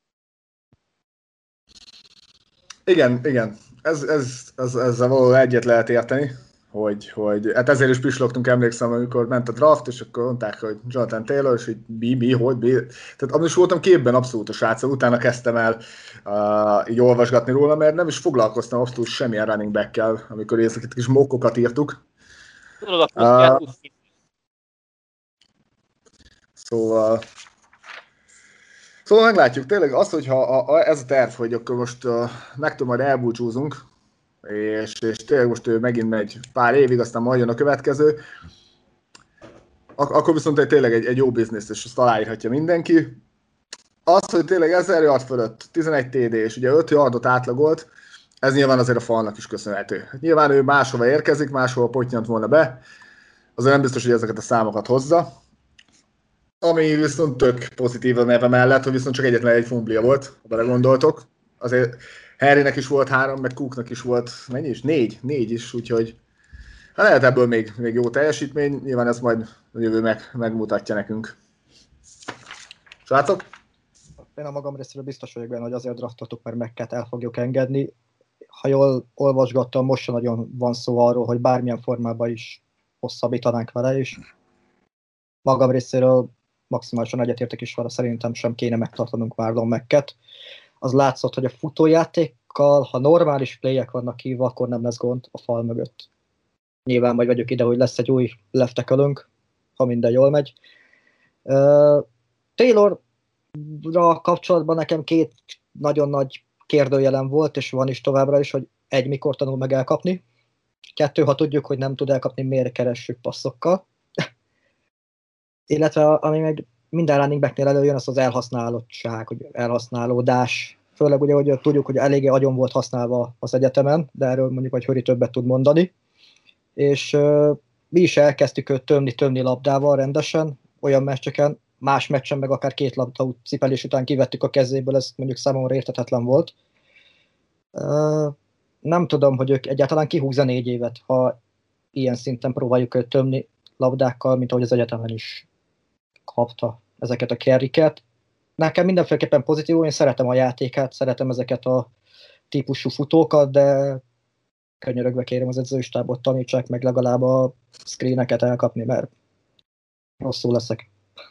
Igen, igen. Ez, ez, ez, ezzel valahol egyet lehet érteni, hogy, hogy hát ezért is pislogtunk, emlékszem, amikor ment a draft, és akkor mondták, hogy Jonathan Taylor, és így mi, mi, hogy, mi. Tehát amúgy is voltam képben abszolút a sráccal, utána kezdtem el uh, így olvasgatni róla, mert nem is foglalkoztam abszolút semmilyen running back-kel, amikor ezeket kis mokkokat írtuk. Tudod, a posztját uh, Szóval... Szóval meglátjuk, tényleg az, hogyha a, a, ez a terv, hogy akkor most uh, megtől majd elbúcsúzunk, és, és tényleg most ő megint megy pár évig, aztán majd jön a következő, ak- akkor viszont tényleg egy, egy jó biznisz, és azt aláírhatja mindenki. Az, hogy tényleg ezer yard fölött, tizenegy té dé, és ugye öt yardot átlagolt, ez nyilván azért a falnak is köszönhető. Nyilván ő máshova érkezik, máshova pottyant volna be, azért nem biztos, hogy ezeket a számokat hozza. Ami viszont tök pozitív a neve mellett, hogy viszont csak egyetlen egy fumblia volt, ha belegondoltok. Azért Harrynek is volt három, meg Cooknak is volt, mennyi is? Négy, négy is, úgyhogy hát lehet ebből még, még jó teljesítmény, nyilván ezt majd a jövő meg, megmutatja nekünk. Srácok? Én a magam részéről biztos vagyok benne, hogy azért draftoltuk, mert Macket el fogjuk engedni. Ha jól olvasgattam, most sem nagyon van szó arról, hogy bármilyen formában is hosszabbítanánk vele, és magam részéről maximálisan egyetértek is vele, szerintem sem kéne megtartanunk Marlon Macket. Az látszott, hogy a futójátékkal, ha normális playek vannak hívva, akkor nem lesz gond a fal mögött. Nyilván majd vagyok ide, hogy lesz egy új left tackle-ünk, ha minden jól megy. Uh, Taylorra kapcsolatban nekem két nagyon nagy kérdőjelem volt, és van is továbbra is, hogy egy, mikor tanul meg elkapni. Kettő, ha tudjuk, hogy nem tud elkapni, miért keressük passzokkal. Illetve ami meg minden running backnél előjön, az az elhasználódtság, hogy elhasználódás. Főleg ugye, hogy tudjuk, hogy eléggé agyon volt használva az egyetemen, de erről mondjuk, hogy Höri többet tud mondani. És uh, mi is elkezdtük őt tömni, tömni labdával rendesen, olyan meccseken, más meccsen meg akár két labda cipelés után kivettük a kezéből, ez mondjuk számomra érthetetlen volt. Nem tudom, hogy ők egyáltalán kihúzza négy évet, ha ilyen szinten próbáljuk őt tömni labdákkal, mint ahogy az egyetemen is kapta ezeket a carryket. Nekem mindenféleképpen pozitív, én szeretem a játékát, szeretem ezeket a típusú futókat, de könyörögve kérem az edzőstábot, tanítsák meg legalább a screeneket elkapni, mert rosszul leszek.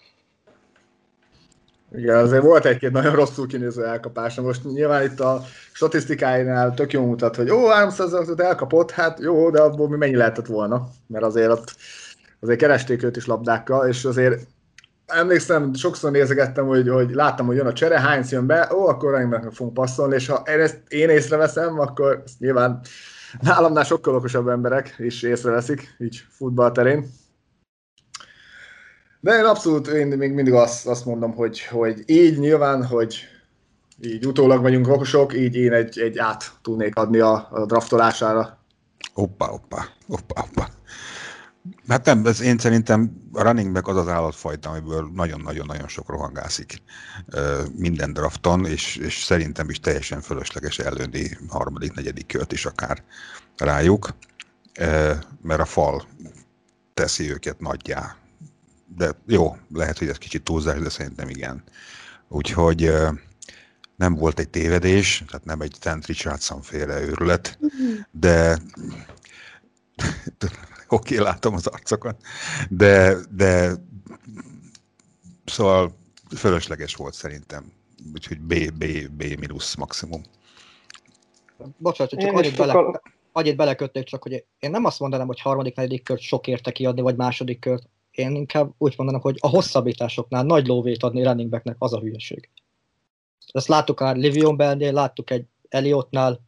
Igen, azért volt egy-két nagyon rosszul kinéző elkapása. Most nyilván itt a statisztikáinál tök jó mutat, hogy ó, háromszáz elkapott, hát jó, de abból mi mennyi lehetett volna, mert azért ott azért keresték őt is labdákkal, és azért emlékszem, sokszor nézegettem, hogy, hogy láttam, hogy jön a csere, Heinz jön be, ó, akkor Running fogunk passzolni, és ha én ezt én észreveszem, akkor ezt nyilván nálamnál sokkal okosabb emberek is észreveszik, így futballterén. De én abszolút, én még mindig azt, azt mondom, hogy, hogy így nyilván, hogy így utólag vagyunk okosok, így én egy, egy át tudnék adni a, a draftolására. Hoppá, hoppá, hoppá, hoppá. Hát nem, ez én szerintem a running back az az állatfajta, amiből nagyon-nagyon-nagyon sok rohangászik minden drafton, és, és szerintem is teljesen fölösleges előni harmadik, negyedik kört is akár rájuk, mert a fal teszi őket nagyjá. De jó, lehet, hogy ez kicsit túlzás, de szerintem igen. Úgyhogy nem volt egy tévedés, tehát nem egy Trent Richardson féle őrület, de oké, okay, látom az arcokat, de, de szóval fölösleges volt szerintem, úgyhogy B, B, B minusz maximum. Bocsánat, csak annyit, bele, annyit belekötték, csak hogy én nem azt mondanám, hogy harmadik, negyedik kört sok érte kiadni, vagy második kört. Én inkább úgy mondanám, hogy a hosszabbításoknál nagy lóvét adni running backnek az a hülyeség. Ezt láttuk a Le'Veon Bellnél, láttuk egy Elliottnál,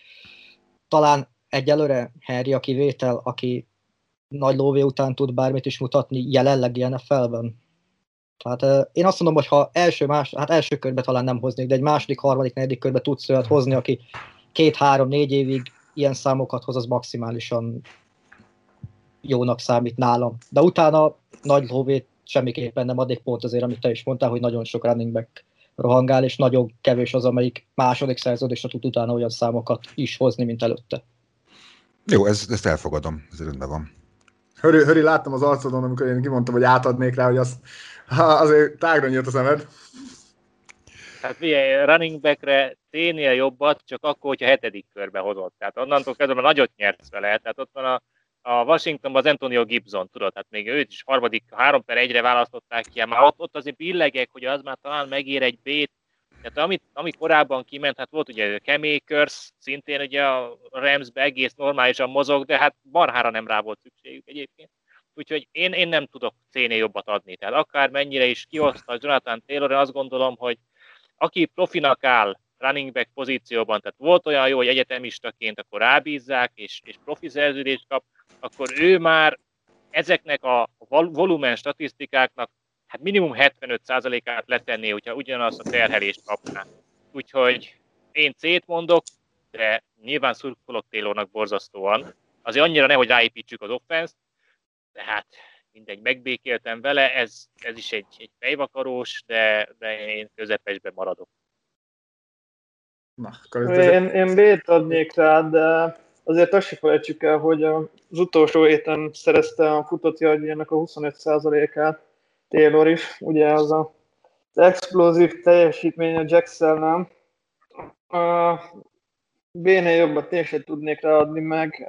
talán egyelőre Henry a kivétel, aki nagy lóvé után tud bármit is mutatni jelenleg en ef el-ben. Tehát uh, én azt mondom, hogy ha első, más, hát első körbe talán nem hoznék, de egy második, harmadik, negyedik körbe tudsz olyat hozni, aki két, három, négy évig ilyen számokat hoz, az maximálisan jónak számít nálam. De utána nagy lóvét semmiképpen nem adnék, pont azért, amit te is mondtál, hogy nagyon sok running back rohangál, és nagyon kevés az, amelyik második szerződésre tud utána olyan számokat is hozni, mint előtte. Jó, ezt, ezt elfogadom, ez rendben van. Höri, Höri, láttam az arcodon, amikor én kimondtam, hogy átadnék rá, hogy az, azért tágra nyílt a szemed. Tehát figyelj, running backre T-nél jobbat, csak akkor, hogyha hetedik körbe hozott. Tehát onnantól kezdve nagyot nyertsz vele. Tehát ott van a, a Washingtonban az Antonio Gibson, tudod, tehát még őt is harmadik, három per egyre választották ki, már ott, ott azért billegek, hogy az már talán megér egy B-t. Tehát amit, ami korábban kiment, hát volt ugye a Cam Akers, szintén ugye a Ramsbe egész normálisan mozog, de hát marhára nem rá volt szükségük egyébként. Úgyhogy én, én nem tudok C-nél jobbat adni. Tehát akár mennyire is kihozta Jonathan Taylor, én azt gondolom, hogy aki profinak áll running back pozícióban, tehát volt olyan jó, hogy egyetemistaként akkor rábízzák, és, és profi szerződést kap, akkor ő már ezeknek a volumen statisztikáknak hát minimum hetvenöt százalékát letenné, hogyha ugyanazt a terhelést kapná. Úgyhogy én C-t mondok, de nyilván szurkolok Taylornak borzasztóan. Azért annyira nehogy ráépítsük az offense-t, de hát mindegy, megbékéltem vele, ez, ez is egy, egy fejvakarós, de, de én közepesben maradok. Na, akkor én, én B-t adnék rá, de azért azt se felejtsük el, hogy az utolsó héten szerezte a futott yardjának a huszonöt százalékát Taylor is, ugye az a, az explozív teljesítmény a Jacksonnál. A B-nél jobbat én sem tudnék ráadni meg.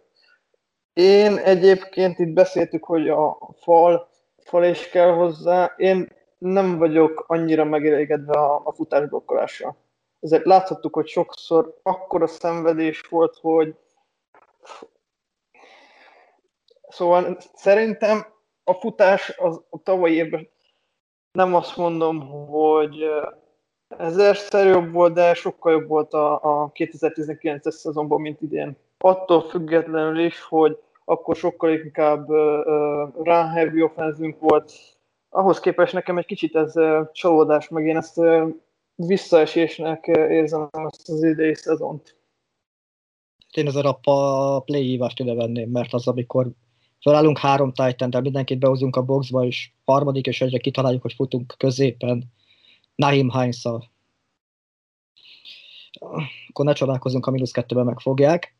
Én egyébként itt beszéltük, hogy a fal, fal is kell hozzá. Én nem vagyok annyira megelégedve a, a futásblokkolással. Ezért láthattuk, hogy sokszor akkora szenvedés volt, hogy szóval szerintem a futás az a tavalyi évben nem azt mondom, hogy ezerszer jobb volt, de sokkal jobb volt a, a kétezer-tizenkilences szezonban, mint idén. Attól függetlenül is, hogy akkor sokkal inkább uh, run-heavy offenzünk volt. Ahhoz képest nekem egy kicsit ez uh, csalódás, meg én ezt uh, visszaesésnek uh, érzem ezt az idei szezont. Én ezzel a play hívást ide venném, mert az, amikor Fölállunk három Titan-del, mindenkit behozunk a boxba, és harmadik és egyre kitaláljuk, hogy futunk középen Nyheim Hines-szal. Akkor ne csodálkozunk, ha mínusz kettőben megfogják.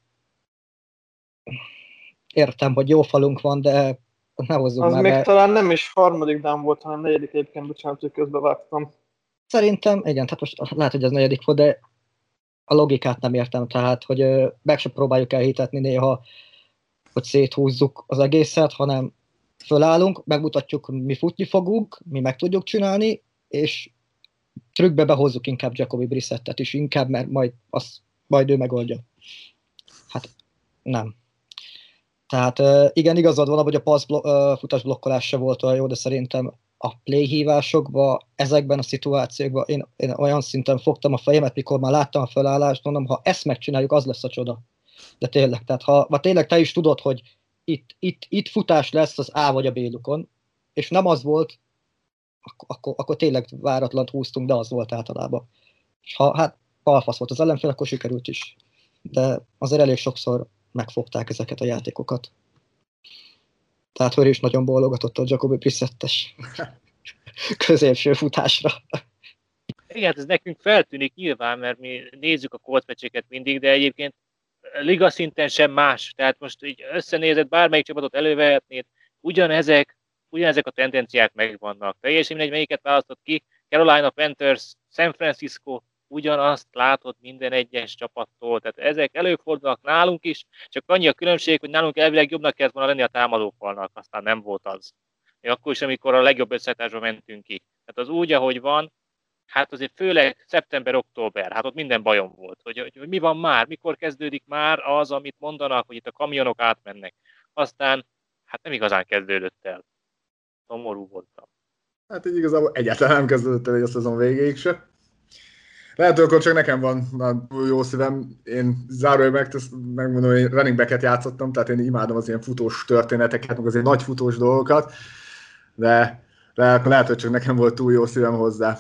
Értem, hogy jó falunk van, de ne hozzunk Az már még be. talán nem is harmadik dám volt, hanem negyedik egyébként, bocsánat, hogy közbevágtam. Szerintem, igen, tehát most lehet, hogy ez negyedik volt, de a logikát nem értem, tehát, hogy ö, meg sem próbáljuk elhitetni néha, hogy széthúzzuk az egészet, hanem fölállunk, megmutatjuk, mi futni fogunk, mi meg tudjuk csinálni, és trükkbe behozzuk inkább Jacoby Brissettet is inkább, mert majd, az, majd ő megoldja. Hát nem. Tehát igen, igazad van, hogy a pass blo- futás blokkolás se volt olyan jó, de szerintem a play hívásokban, ezekben a szituációkban én, én olyan szinten fogtam a fejemet, mikor már láttam a felállást, mondom, ha ezt megcsináljuk, az lesz a csoda. De tényleg, tehát ha, ha tényleg te is tudod, hogy itt, itt, itt futás lesz az A vagy a B lukon, és nem az volt, akkor, akkor, akkor tényleg váratlant húztunk, de az volt általában. És ha hát balfasz volt az ellenfél, akkor sikerült is. De azért elég sokszor megfogták ezeket a játékokat. Tehát ő is nagyon bólogatott a Jacoby Brissettes középső futásra. Igen, ez nekünk feltűnik nyilván, mert mi nézzük a coldpatcheket mindig, de egyébként liga szinten sem más. Tehát most így összenézed, bármelyik csapatot elővehetnéd, ugyanezek, ugyanezek a tendenciák megvannak. Teljesen mindegy, melyiket választott ki, Carolina Panthers, San Francisco, ugyanazt látod minden egyes csapattól. Tehát ezek előfordulnak nálunk is, csak annyi a különbség, hogy nálunk elvileg jobbnak kellett volna lenni a támadófalnak, aztán nem volt az. Még akkor is, amikor a legjobb összeállításba mentünk ki. Tehát az úgy, ahogy van, hát azért főleg szeptember-október, hát ott minden bajom volt, hogy, hogy, hogy mi van már, mikor kezdődik már az, amit mondanak, hogy itt a kamionok átmennek. Aztán, hát nem igazán kezdődött el. Szomorú voltam. Hát így igazából egyáltalán nem kezdődött el egy a szezon végéig se. Lehet, hogy akkor csak nekem van túl jó szívem. Én zárójelben megmondom, hogy running backet játszottam, tehát én imádom az ilyen futós történeteket, meg az ilyen nagy futós dolgokat, de lehet, lehet, hogy csak nekem volt túl jó szívem hozzá.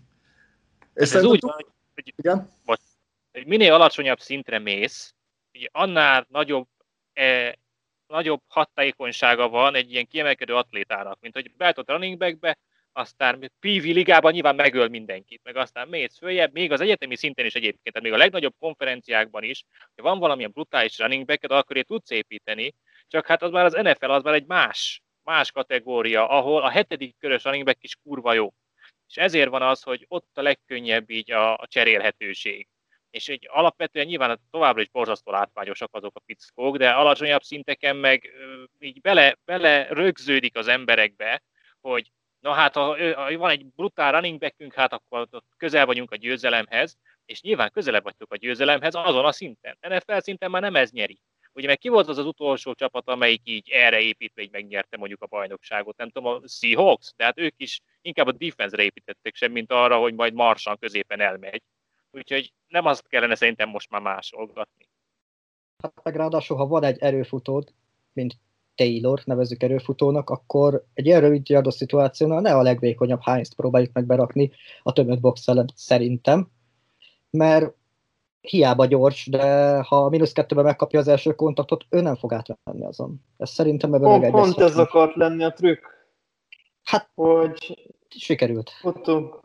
És ez úgy van, hogy, hogy, igen? Most, hogy minél alacsonyabb szintre mész, ugye annál nagyobb, eh, nagyobb hatékonysága van egy ilyen kiemelkedő atlétának, mint hogy beálltott running backbe, aztán pé vé ligában nyilván megöl mindenkit, meg aztán mész följebb, még az egyetemi szinten is egyébként, tehát még a legnagyobb konferenciákban is, ha van valamilyen brutális running backed, akkor én tudsz építeni, csak hát az már az en ef el, az már egy más, más kategória, ahol a hetedik körös running back is kurva jó. És ezért van az, hogy ott a legkönnyebb így a, a cserélhetőség. És egy alapvetően nyilván továbbra is borzasztó látványosak azok a pickók, de alacsonyabb szinteken meg így bele, bele rögződik az emberekbe, hogy na hát, ha, ha van egy brutál running backünk, hát akkor közel vagyunk a győzelemhez, és nyilván közelebb vagytok a győzelemhez azon a szinten. en ef el szinten már nem ez nyeri. Ugye meg ki volt az az utolsó csapat, amelyik így erre építve így megnyerte mondjuk a bajnokságot, nem tudom, a Seahawks, de hát ők is inkább a defense-re építettek sem, mint arra, hogy majd marsan középen elmegy. Úgyhogy nem azt kellene szerintem most már másolgatni. Hát meg ráadásul, ha van egy erőfutód, mint Taylor, nevezzük erőfutónak, akkor egy ilyen rövid yardos szituációnál ne a legvékonyabb Hines-t próbáljuk meg berakni a tömött box ellen szerintem, mert hiába gyors, de ha a mínusz kettőben megkapja az első kontaktot, ő nem fog átvenni azon. Ez szerintem ebben Pont, megegyezhetünk. pont ez akart lenni a trükk. Hát, hogy sikerült. futunk.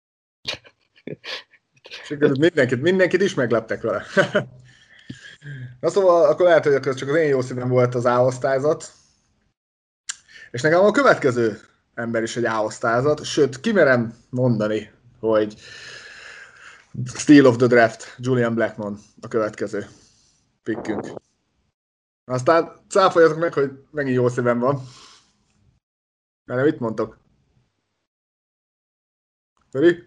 Sikerült, mindenkit, mindenkit is megleptek vele. Na szóval akkor lehet, hogy akkor csak az én jó szívem volt az A-osztályzat. És nekem a következő ember is egy A-osztályzat, sőt, kimerem mondani, hogy Steal of the Draft, Julian Blackmon a következő pickünk. Aztán cáfoljatok meg, hogy megint jó szívem van. Mert mit mondtok? Feri?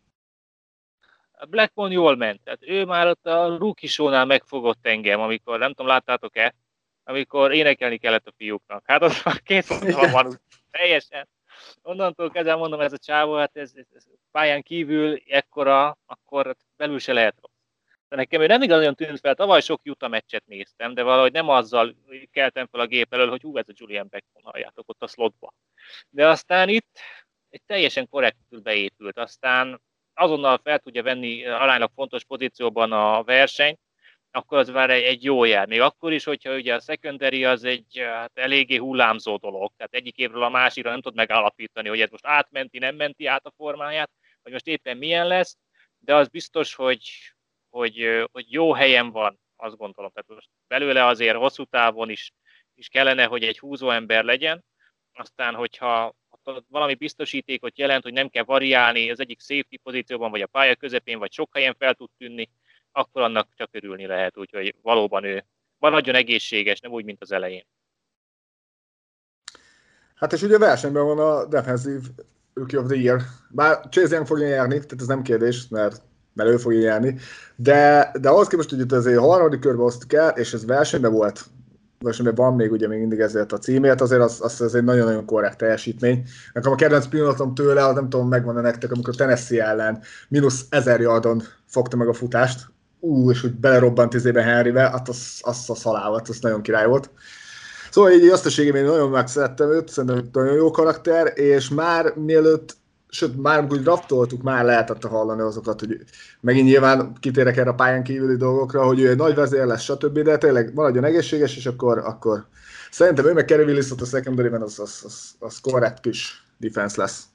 A Blackmon jól ment, tehát ő már ott a rookie show-nál megfogott engem, amikor, nem tudom, láttátok-e, amikor énekelni kellett a fiúknak. Hát az már két mondva van, teljesen. Onnantól kezdve mondom, ez a csávó, hát ez, ez, ez pályán kívül ekkora, akkor belül se lehet rossz. De nekem ő nem igazán tűnt fel, tavaly sok Utah meccset néztem, de valahogy nem azzal keltem fel a gép elől, hogy hú, ez a Julian Blackmon, halljátok ott a slotba. De aztán itt egy teljesen korrektül beépült, aztán azonnal fel tudja venni aránylag fontos pozícióban a versenyt, akkor az már egy, egy jó jel. Még akkor is, hogyha ugye a secondary az egy hát eléggé hullámzó dolog, tehát egyik évről a másikra nem tud megállapítani, hogy ez most átmenti, nem menti át a formáját, vagy most éppen milyen lesz, de az biztos, hogy, hogy, hogy jó helyen van, azt gondolom. Tehát most belőle azért hosszú távon is, is kellene, hogy egy húzó ember legyen, aztán, hogyha valami biztosítékot jelent, hogy nem kell variálni az egyik safety pozícióban, vagy a pálya közepén, vagy sok helyen fel tud tűnni, akkor annak csak örülni lehet, úgyhogy valóban ő maradjon egészséges, nem úgy, mint az elején. Hát és ugye versenyben van a Defensive Rookie of the Year. Bár Chase Young fogja nyerni, tehát ez nem kérdés, mert, mert ő fogja nyerni, de, de ahhoz képest, hogy itt azért a harmadik körbe hoztuk el, és ez versenyben volt, versenyben van még ugye még mindig ezért a címért, azért az, az, az egy nagyon-nagyon korrekt teljesítmény. Nekem a kedvenc pillanatom tőle, az nem tudom, megvan-e nektek, amikor Tennessee ellen mínusz ezer yardon fogta meg a futást, ú, és úgy belerobbant izében Henrybe, hát az, az, az halál volt, az nagyon király volt. Szóval így összességében én nagyon megszerettem őt, szerintem nagyon jó karakter, és már mielőtt, sőt, már amikor draftoltuk, már lehetett hallani azokat, hogy megint nyilván kitérek erre a pályán kívüli dolgokra, hogy ő egy nagy vezér lesz, stb., de tényleg maradjon egészséges, és akkor, akkor szerintem ő meg Kerry Willis a secondary-ben az, az, az, az korrekt kis defense lesz.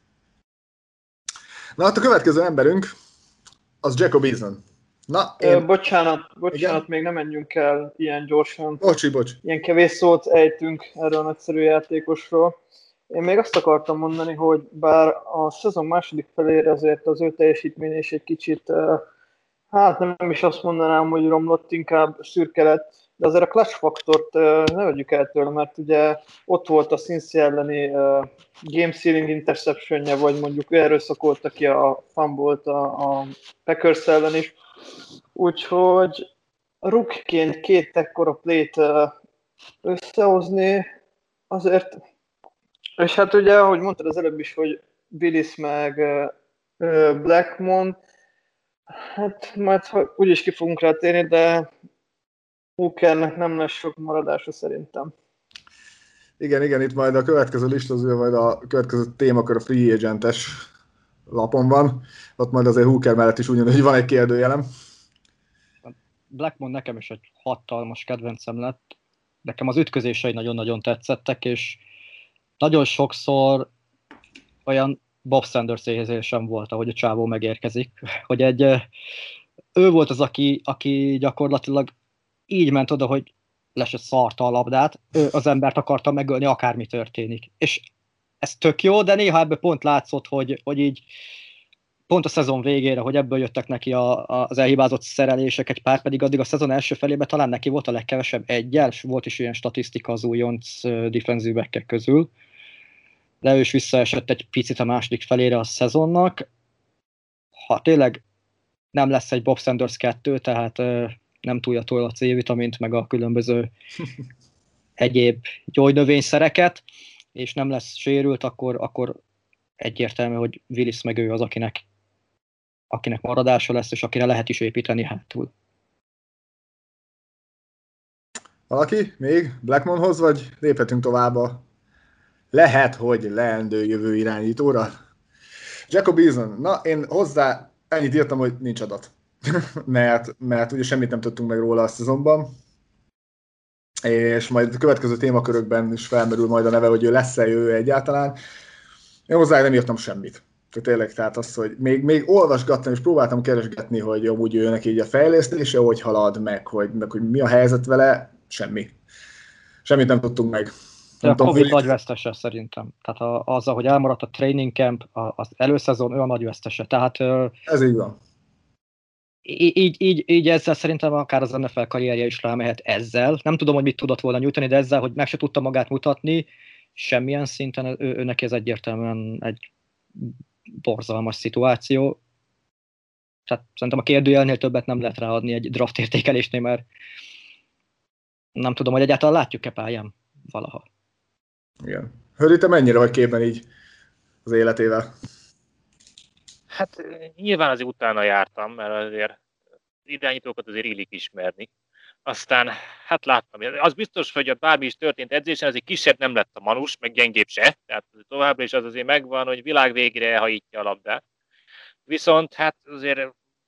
Na hát a következő emberünk, az Jacob Eason. Na, én... Ö, bocsánat, bocsánat, még nem menjünk el ilyen gyorsan. Bocsi, bocs. Ilyen kevés szót ejtünk erről a nagyszerű játékosról. Én még azt akartam mondani, hogy bár a szezon második felére azért az ő teljesítmény is egy kicsit, hát nem is azt mondanám, hogy romlott, inkább szürke lett, de azért a clutch faktort ne vegyük el tőle, mert ugye ott volt a Cincy elleni game sealing interceptionje, vagy mondjuk ő erőszakolta ki a fumble-t a, a Packers ellen is. Úgyhogy rookként két ekkora play-t összehozni azért, és hát ugye, ahogy mondtad az előbb is, hogy Willis meg Blackmon, hát majd úgyis ki fogunk rá térni, de Hookernek nem lesz sok maradása szerintem. Igen, igen, itt majd a következő listazója, majd a következő témakör a free agentes lapon van. Ott majd azért Hooker mellett is ugyanúgy van egy kérdőjelem. Blackmon nekem is egy hatalmas kedvencem lett. Nekem az ütközései nagyon-nagyon tetszettek, és nagyon sokszor olyan Bob Sanders érzésem volt, ahogy a csávó megérkezik, hogy egy, ő volt az, aki, aki gyakorlatilag így ment oda, hogy le se szarta a labdát, ő az embert akarta megölni, akármi történik. És ez tök jó, de néha ebből pont látszott, hogy, hogy így pont a szezon végére, hogy ebből jöttek neki a, a, az elhibázott szerelések, egy pár pedig addig a szezon első felében talán neki volt a legkevesebb egyel, és volt is ilyen statisztika az újonc defensive backek közül, de ő is visszaesett egy picit a második felére a szezonnak. Ha tényleg nem lesz egy Bob Sanders kettő, tehát nem túlja túl a C-vitamint, meg a különböző egyéb gyógynövényszereket, és nem lesz sérült, akkor, akkor egyértelmű, hogy Willis meg ő az, akinek, akinek maradása lesz, és akire lehet is építeni hátul. Valaki még Blackmonhoz, vagy léphetünk tovább a lehet, hogy leendő jövő irányítóra? Jacob Eason. Na, én hozzá ennyit írtam, hogy nincs adat. mert, mert ugye semmit nem tudtunk meg róla a szezonban. És majd a következő témakörökben is felmerül majd a neve, hogy ő lesz-e ő egyáltalán. Én hozzá nem írtam semmit. Tehát tényleg, tehát az, hogy még, még olvasgattam és próbáltam keresgetni, hogy amúgy őnek így a fejlesztése, hogy halad meg, hogy, meg hogy mi a helyzet vele, semmi. Semmit nem tudtunk meg. De a Covid nagy vesztese szerintem. Tehát a, az, hogy elmaradt a training camp, az előszezon, ő a nagy vesztese. Tehát, ez így van. Így, így, így ezzel szerintem akár az en ef el karrierje is rámehet ezzel. Nem tudom, hogy mit tudott volna nyújtani, de ezzel, hogy meg se tudta magát mutatni, semmilyen szinten, ő, ő neki ez egyértelműen egy borzalmas szituáció. Tehát szerintem a kérdőjelnél többet nem lehet ráadni egy draft értékelésnél, mert nem tudom, hogy egyáltalán látjuk-e pályán valaha. Igen. Hörri, te mennyire vagy képben így az életével? Hát nyilván azért utána jártam, mert azért irányítókat azért illik ismerni. Aztán, hát láttam, az biztos, hogy bármi is történt edzésen, azért kisebb nem lett a manus, meg gyengébb se, tehát továbbra is az azért megvan, hogy világ végére elhajítja a labdát. Viszont hát azért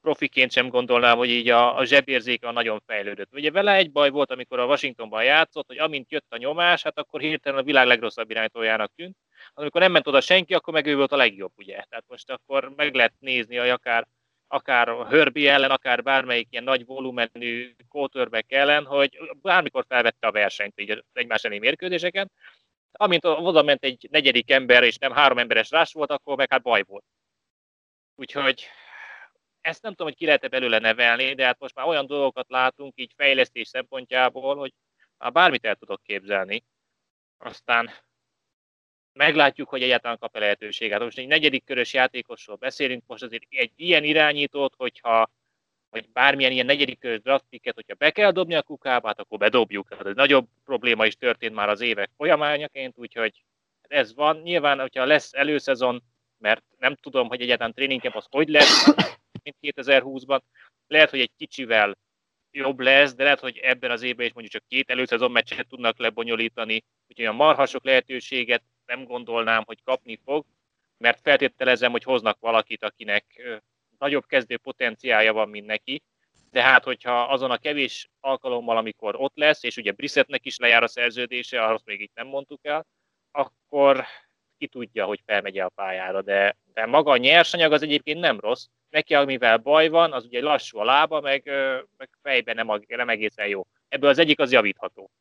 profiként sem gondolnám, hogy így a, a zsebérzéke nagyon fejlődött. Ugye vele egy baj volt, amikor a Washingtonban játszott, hogy amint jött a nyomás, hát akkor hirtelen a világ legrosszabb irányítójának tűnt. Amikor nem ment oda senki, akkor meg ő volt a legjobb, ugye. Tehát most akkor meg lehet nézni, hogy akár, akár a Herbie ellen, akár bármelyik ilyen nagy volumenű quarterback ellen, hogy bármikor felvette a versenyt így az egymás elleni mérkőzéseken. Amint oda ment egy negyedik ember, és nem három emberes rush volt, akkor meg hát baj volt. Úgyhogy ezt nem tudom, hogy ki lehet-e belőle nevelni, de hát most már olyan dolgokat látunk így fejlesztés szempontjából, hogy már bármit el tudok képzelni. Aztán meglátjuk, hogy egyáltalán kap-e lehetőséget. Most egy negyedik körös játékosról beszélünk, most azért egy ilyen irányítót, hogyha vagy bármilyen ilyen negyedik körös draft picket, hogyha be kell dobni a kukába, hát akkor bedobjuk. Tehát egy nagyobb probléma is történt már az évek folyamányaként, úgyhogy ez van. Nyilván, hogyha lesz előszezon, mert nem tudom, hogy egyáltalán training camp az hogy lesz, mint kétezer-húszban. Lehet, hogy egy kicsivel jobb lesz, de lehet, hogy ebben az évben is mondjuk csak két előszezon meccset tudnak lebonyolítani, úgyhogy a marhasok lehetőséget nem gondolnám, hogy kapni fog, mert feltételezem, hogy hoznak valakit, akinek nagyobb kezdő potenciálja van, mint neki, de hát, hogyha azon a kevés alkalommal, amikor ott lesz, és ugye Brissettnek is lejár a szerződése, azt még itt nem mondtuk el, akkor ki tudja, hogy felmegy a pályára, de, de maga a nyersanyag az egyébként nem rossz. Neki, amivel baj van, az ugye lassú a lába, meg, meg fejben nem, nem egészen jó. Ebből az egyik az javítható.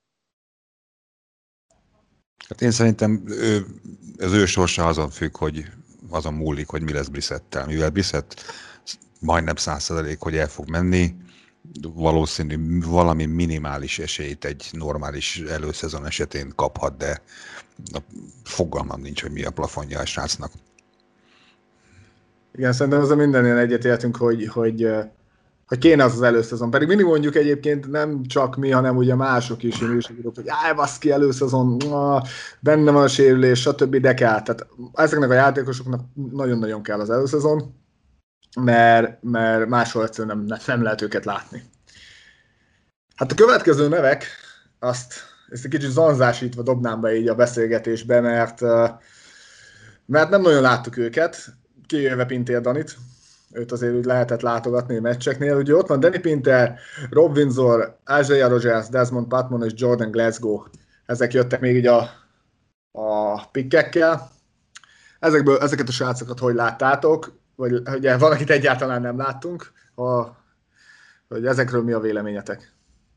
Hát én szerintem ő, az ő sorsa azon függ, hogy azon múlik, hogy mi lesz Brissettel. Mivel Brissett majdnem száz százalék, hogy el fog menni, valószínű valami minimális esélyt egy normális előszezon esetén kaphat, de fogalmam nincs, hogy mi a plafonja a srácnak. Igen, szerintem az a minden ilyen egyetértünk, hogy, hogy, hogy kéne az az előszezon. Pedig mindig mondjuk egyébként nem csak mi, hanem ugye mások is, én újságírók, hogy áj, baszki, előszezon, benne van a sérülés, stb. De kell. Tehát ezeknek a játékosoknak nagyon-nagyon kell az előszezon, mert, mert máshol egyszerűen nem, nem lehet őket látni. Hát a következő nevek, azt ezt egy kicsit zanzásítva dobnám be így a beszélgetésbe, mert, mert nem nagyon láttuk őket, kivéve Pintér Danit, őt azért úgy lehetett látogatni a meccseknél. Ugye ott van Danny Pinter, Rob Windsor, Isaiah Rogers, Desmond Patman és Jordan Glasgow. Ezek jöttek még így a, a pikkekkel. Ezekből, ezeket a srácokat hogy láttátok? Vagy ugye van, akit egyáltalán nem láttunk, ha, hogy ezekről mi a véleményetek?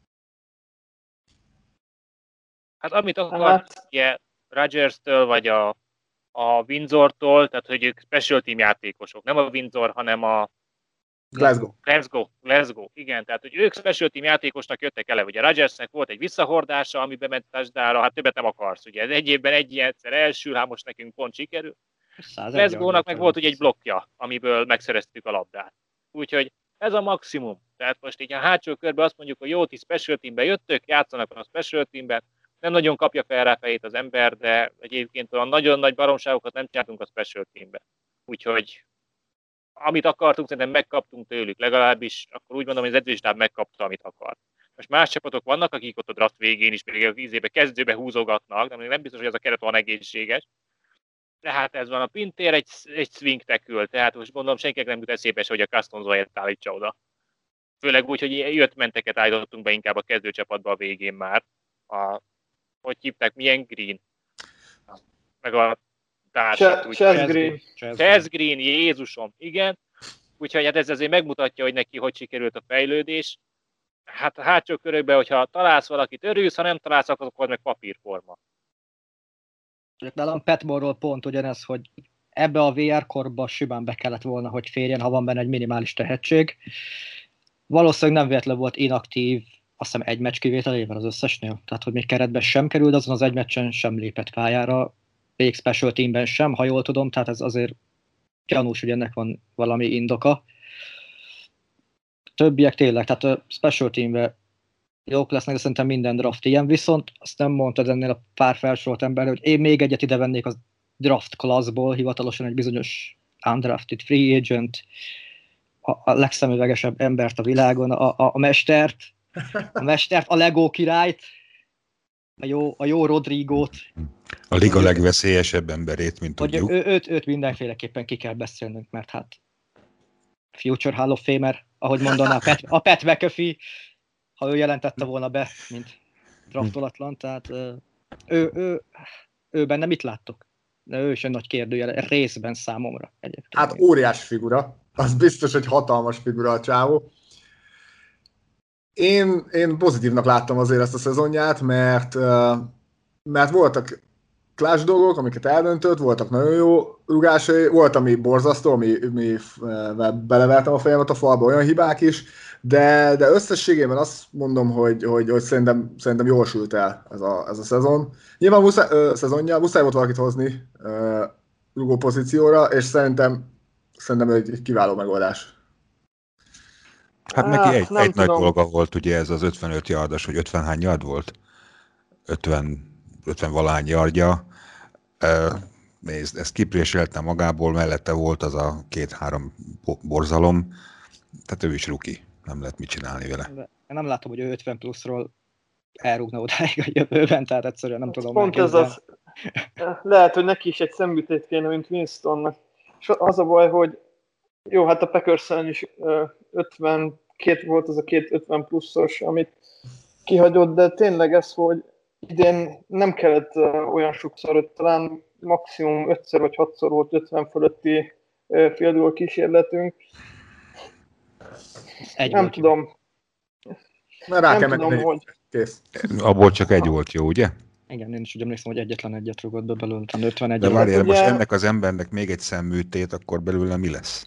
Hát amit akart, ugye Rodgers-től, vagy a, a Windsortól, tehát hogy ők special team játékosok, nem a Windsor, hanem a Glasgow. Glasgow, Glasgow, igen, tehát hogy ők special team játékosnak jöttek ele, ugye Rodgersnek volt egy visszahordása, ami bement touchdownra, hát többet nem akarsz, ugye ez egy évben egy egyszer elsül, hát most nekünk pont sikerül. Glasgow-nak meg volt ugye egy blokkja, amiből megszereztük a labdát. Úgyhogy ez a maximum. Tehát most így a hátsó körben azt mondjuk, hogy jó, ti special teambe jöttök, játszanak a special teamben, nem nagyon kapja fel rá fejét az ember, de egyébként olyan nagyon nagy baromságokat nem csináltunk a special teambe. Úgyhogy amit akartunk, szerintem megkaptunk tőlük, legalábbis akkor úgy mondom, hogy az edzőstáb megkapta, amit akart. Most más csapatok vannak, akik ott a draft végén is még a vízébe kezdőbe húzogatnak, de nem biztos, hogy ez a keret van egészséges. Tehát ez van, a Pintér egy, egy swing tackle, tehát most mondom, senkinek nem jut eszébe, hogy a Castonzoyet állítsa oda. Főleg úgy, hogy jött menteket állítottunk be inkább a kezdőcsapatba a végén már. A, hogy hívták, milyen Green? Meg a társat. Chaz Green. Chaz Green, Jézusom, igen. Úgyhogy hát ez azért megmutatja, hogy neki hogy sikerült a fejlődés. Hát a hátsó körökben, hogyha találsz valakit, örülsz, ha nem találsz, akkor meg papírforma. Nálam Petmore-ról pont ugyanez, hogy ebbe a vé er korba simán be kellett volna, hogy férjen, ha van benne egy minimális tehetség. Valószínűleg nem véletlen volt inaktív, azt hiszem egy meccs kivételével az összesnél. Tehát, hogy még keretbe sem került, azon az egy meccsen sem lépett pályára, még special teamben sem, ha jól tudom, tehát ez azért gyanús, hogy ennek van valami indoka. Többiek tényleg, tehát a special teamben jók lesznek, de szerintem minden draft ilyen, viszont azt nem mondtad ennél a pár felsorolt emberre, hogy én még egyet ide vennék a draft classból, hivatalosan egy bizonyos undrafted free agent, a, a legszemüvegesebb embert a világon, a, a, a mestert, a mestert, a Lego királyt, a jó, a jó Rodrigót. A liga legveszélyesebb emberét, mint tudjuk. Ő, őt, őt mindenféleképpen ki kell beszélnünk, mert hát Future Hall of Famer, ahogy mondaná Pat, a Pat McAfee, ha ő jelentette volna be, mint draftolatlan, tehát ő, ő, ő, ő benne mit láttok? De ő is egy nagy kérdőjel részben számomra egyébként. Hát óriás figura, az biztos, hogy hatalmas figura a csávó. Én, én pozitívnak láttam azért ezt a szezonját, mert, mert voltak clash dolgok, amiket eldöntött, voltak nagyon jó rugásai, volt, ami borzasztó, ami, ami belevertem a fejemet a falba, olyan hibák is, de, de összességében azt mondom, hogy, hogy, hogy szerintem, szerintem jól sült el ez a, ez a szezon. Nyilván muszáj, ö, szezonja, muszáj volt valakit hozni ö, rugó pozícióra, és szerintem, szerintem egy, egy kiváló megoldás. Hát neki egy, Nem egy nagy tudom. dolga volt, ugye ez az ötvenöt yardos, hogy ötven hány yard volt? ötven, ötven valahány yardja. Nézd, ezt kipréselte magából, mellette volt az a két-három borzalom, tehát ő is ruki, nem lehet mit csinálni vele. De én nem látom, hogy ő ötven pluszról elrúgna odáig a jövőben, tehát egyszerűen nem tudom Pont ez az, lehet, hogy neki is egy szemműtét kéne, mint Winstonnak. És az a baj, hogy jó, hát a Packers-en is ötvenkét volt az a két ötven pluszos, amit kihagyott, de tényleg ez, hogy idén nem kellett olyan sokszor, hogy talán maximum ötször vagy hatszor volt ötven fölötti field goal kísérletünk. Egy nem volt tudom. Na, rá nem kell tudom, menni. hogy... Kész. Abból csak egy volt jó, ugye? Igen, én is úgy emlékszem, hogy egyetlen egyet rugott be belőle, talán ötvenegy. De várjál, ugye- most ennek az embernek még egy szemműtét, akkor belőle mi lesz?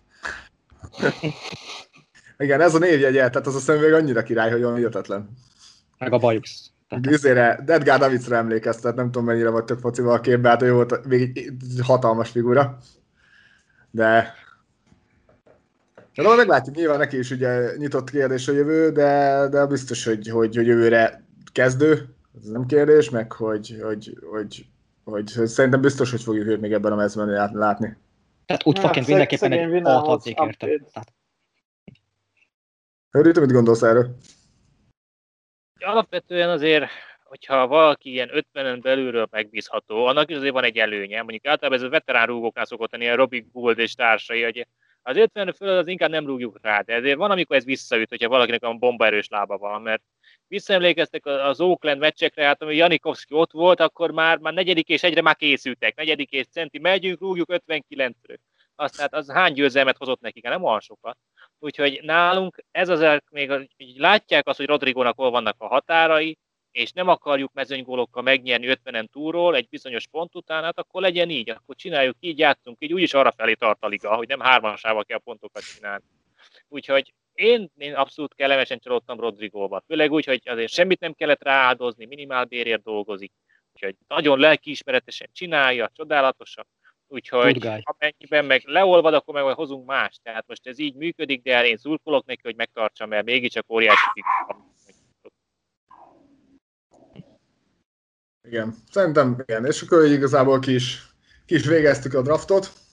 Igen, ez a névjegye, tehát az a szemüveg annyira király, hogy olyan hihetetlen. Meg a bajusz. Tehát Üzére, Edgar Davidsra emlékeztet, nem tudom mennyire vagytok focival a képbe, hát ő volt még egy hatalmas figura. De... De majd meglátjuk, nyilván neki is ugye nyitott kérdés a jövő, de, de biztos, hogy, hogy, hogy jövőre kezdő, ez nem kérdés, meg hogy, hogy, hogy, hogy, hogy szerintem biztos, hogy fogjuk őt még ebben a mezben látni. Tehát útfaként Hát, mindenképpen szegény egy Vinához alt adnék érte. upgrade. Tehát Hörű, te mit gondolsz erről? Alapvetően azért, hogyha valaki ilyen ötvenen belülről megbízható, annak is azért van egy előnye. Mondjuk általában ez a veterán rúgóknál szokott lenni, a Robbie Gould és társai, hogy az ötven föl az inkább nem rúgjuk rá, de ezért van, amikor ez visszaüt, hogyha valakinek a bombaerős lába van, mert visszaemlékeztek az Oakland meccsekre, hát amikor Janikowski ott volt, akkor már, már negyedik és egyre már készültek, negyedik és centi, megyünk, rúgjuk ötvenkilencről. Azt hát az hány győzelmet hozott nekik, nem olyan sokat. Úgyhogy nálunk ez az, még látják azt, hogy Rodrigónak hol vannak a határai, és nem akarjuk mezőnygólokkal megnyerni ötvenen túlról egy bizonyos pont után, hát akkor legyen így, akkor csináljuk így, játszunk így, úgyis arra felé tart a liga, hogy nem hármasával kell pontokat csinálni. Úgyhogy én, én abszolút kellemesen csalódtam Rodrigóval, főleg úgy, hogy azért semmit nem kellett rááldozni, minimálbérért dolgozik, úgyhogy nagyon lelkiismeretesen csinálja, csodálatosan. Úgyhogy amennyiben meg leolvad, akkor meg majd hozunk más. Tehát most ez így működik, de én szurkolok neki, hogy megtartsam, mert mégiscsak óriási figura. Igen, szerintem igen. És akkor igazából ki is, ki is végeztük a draftot.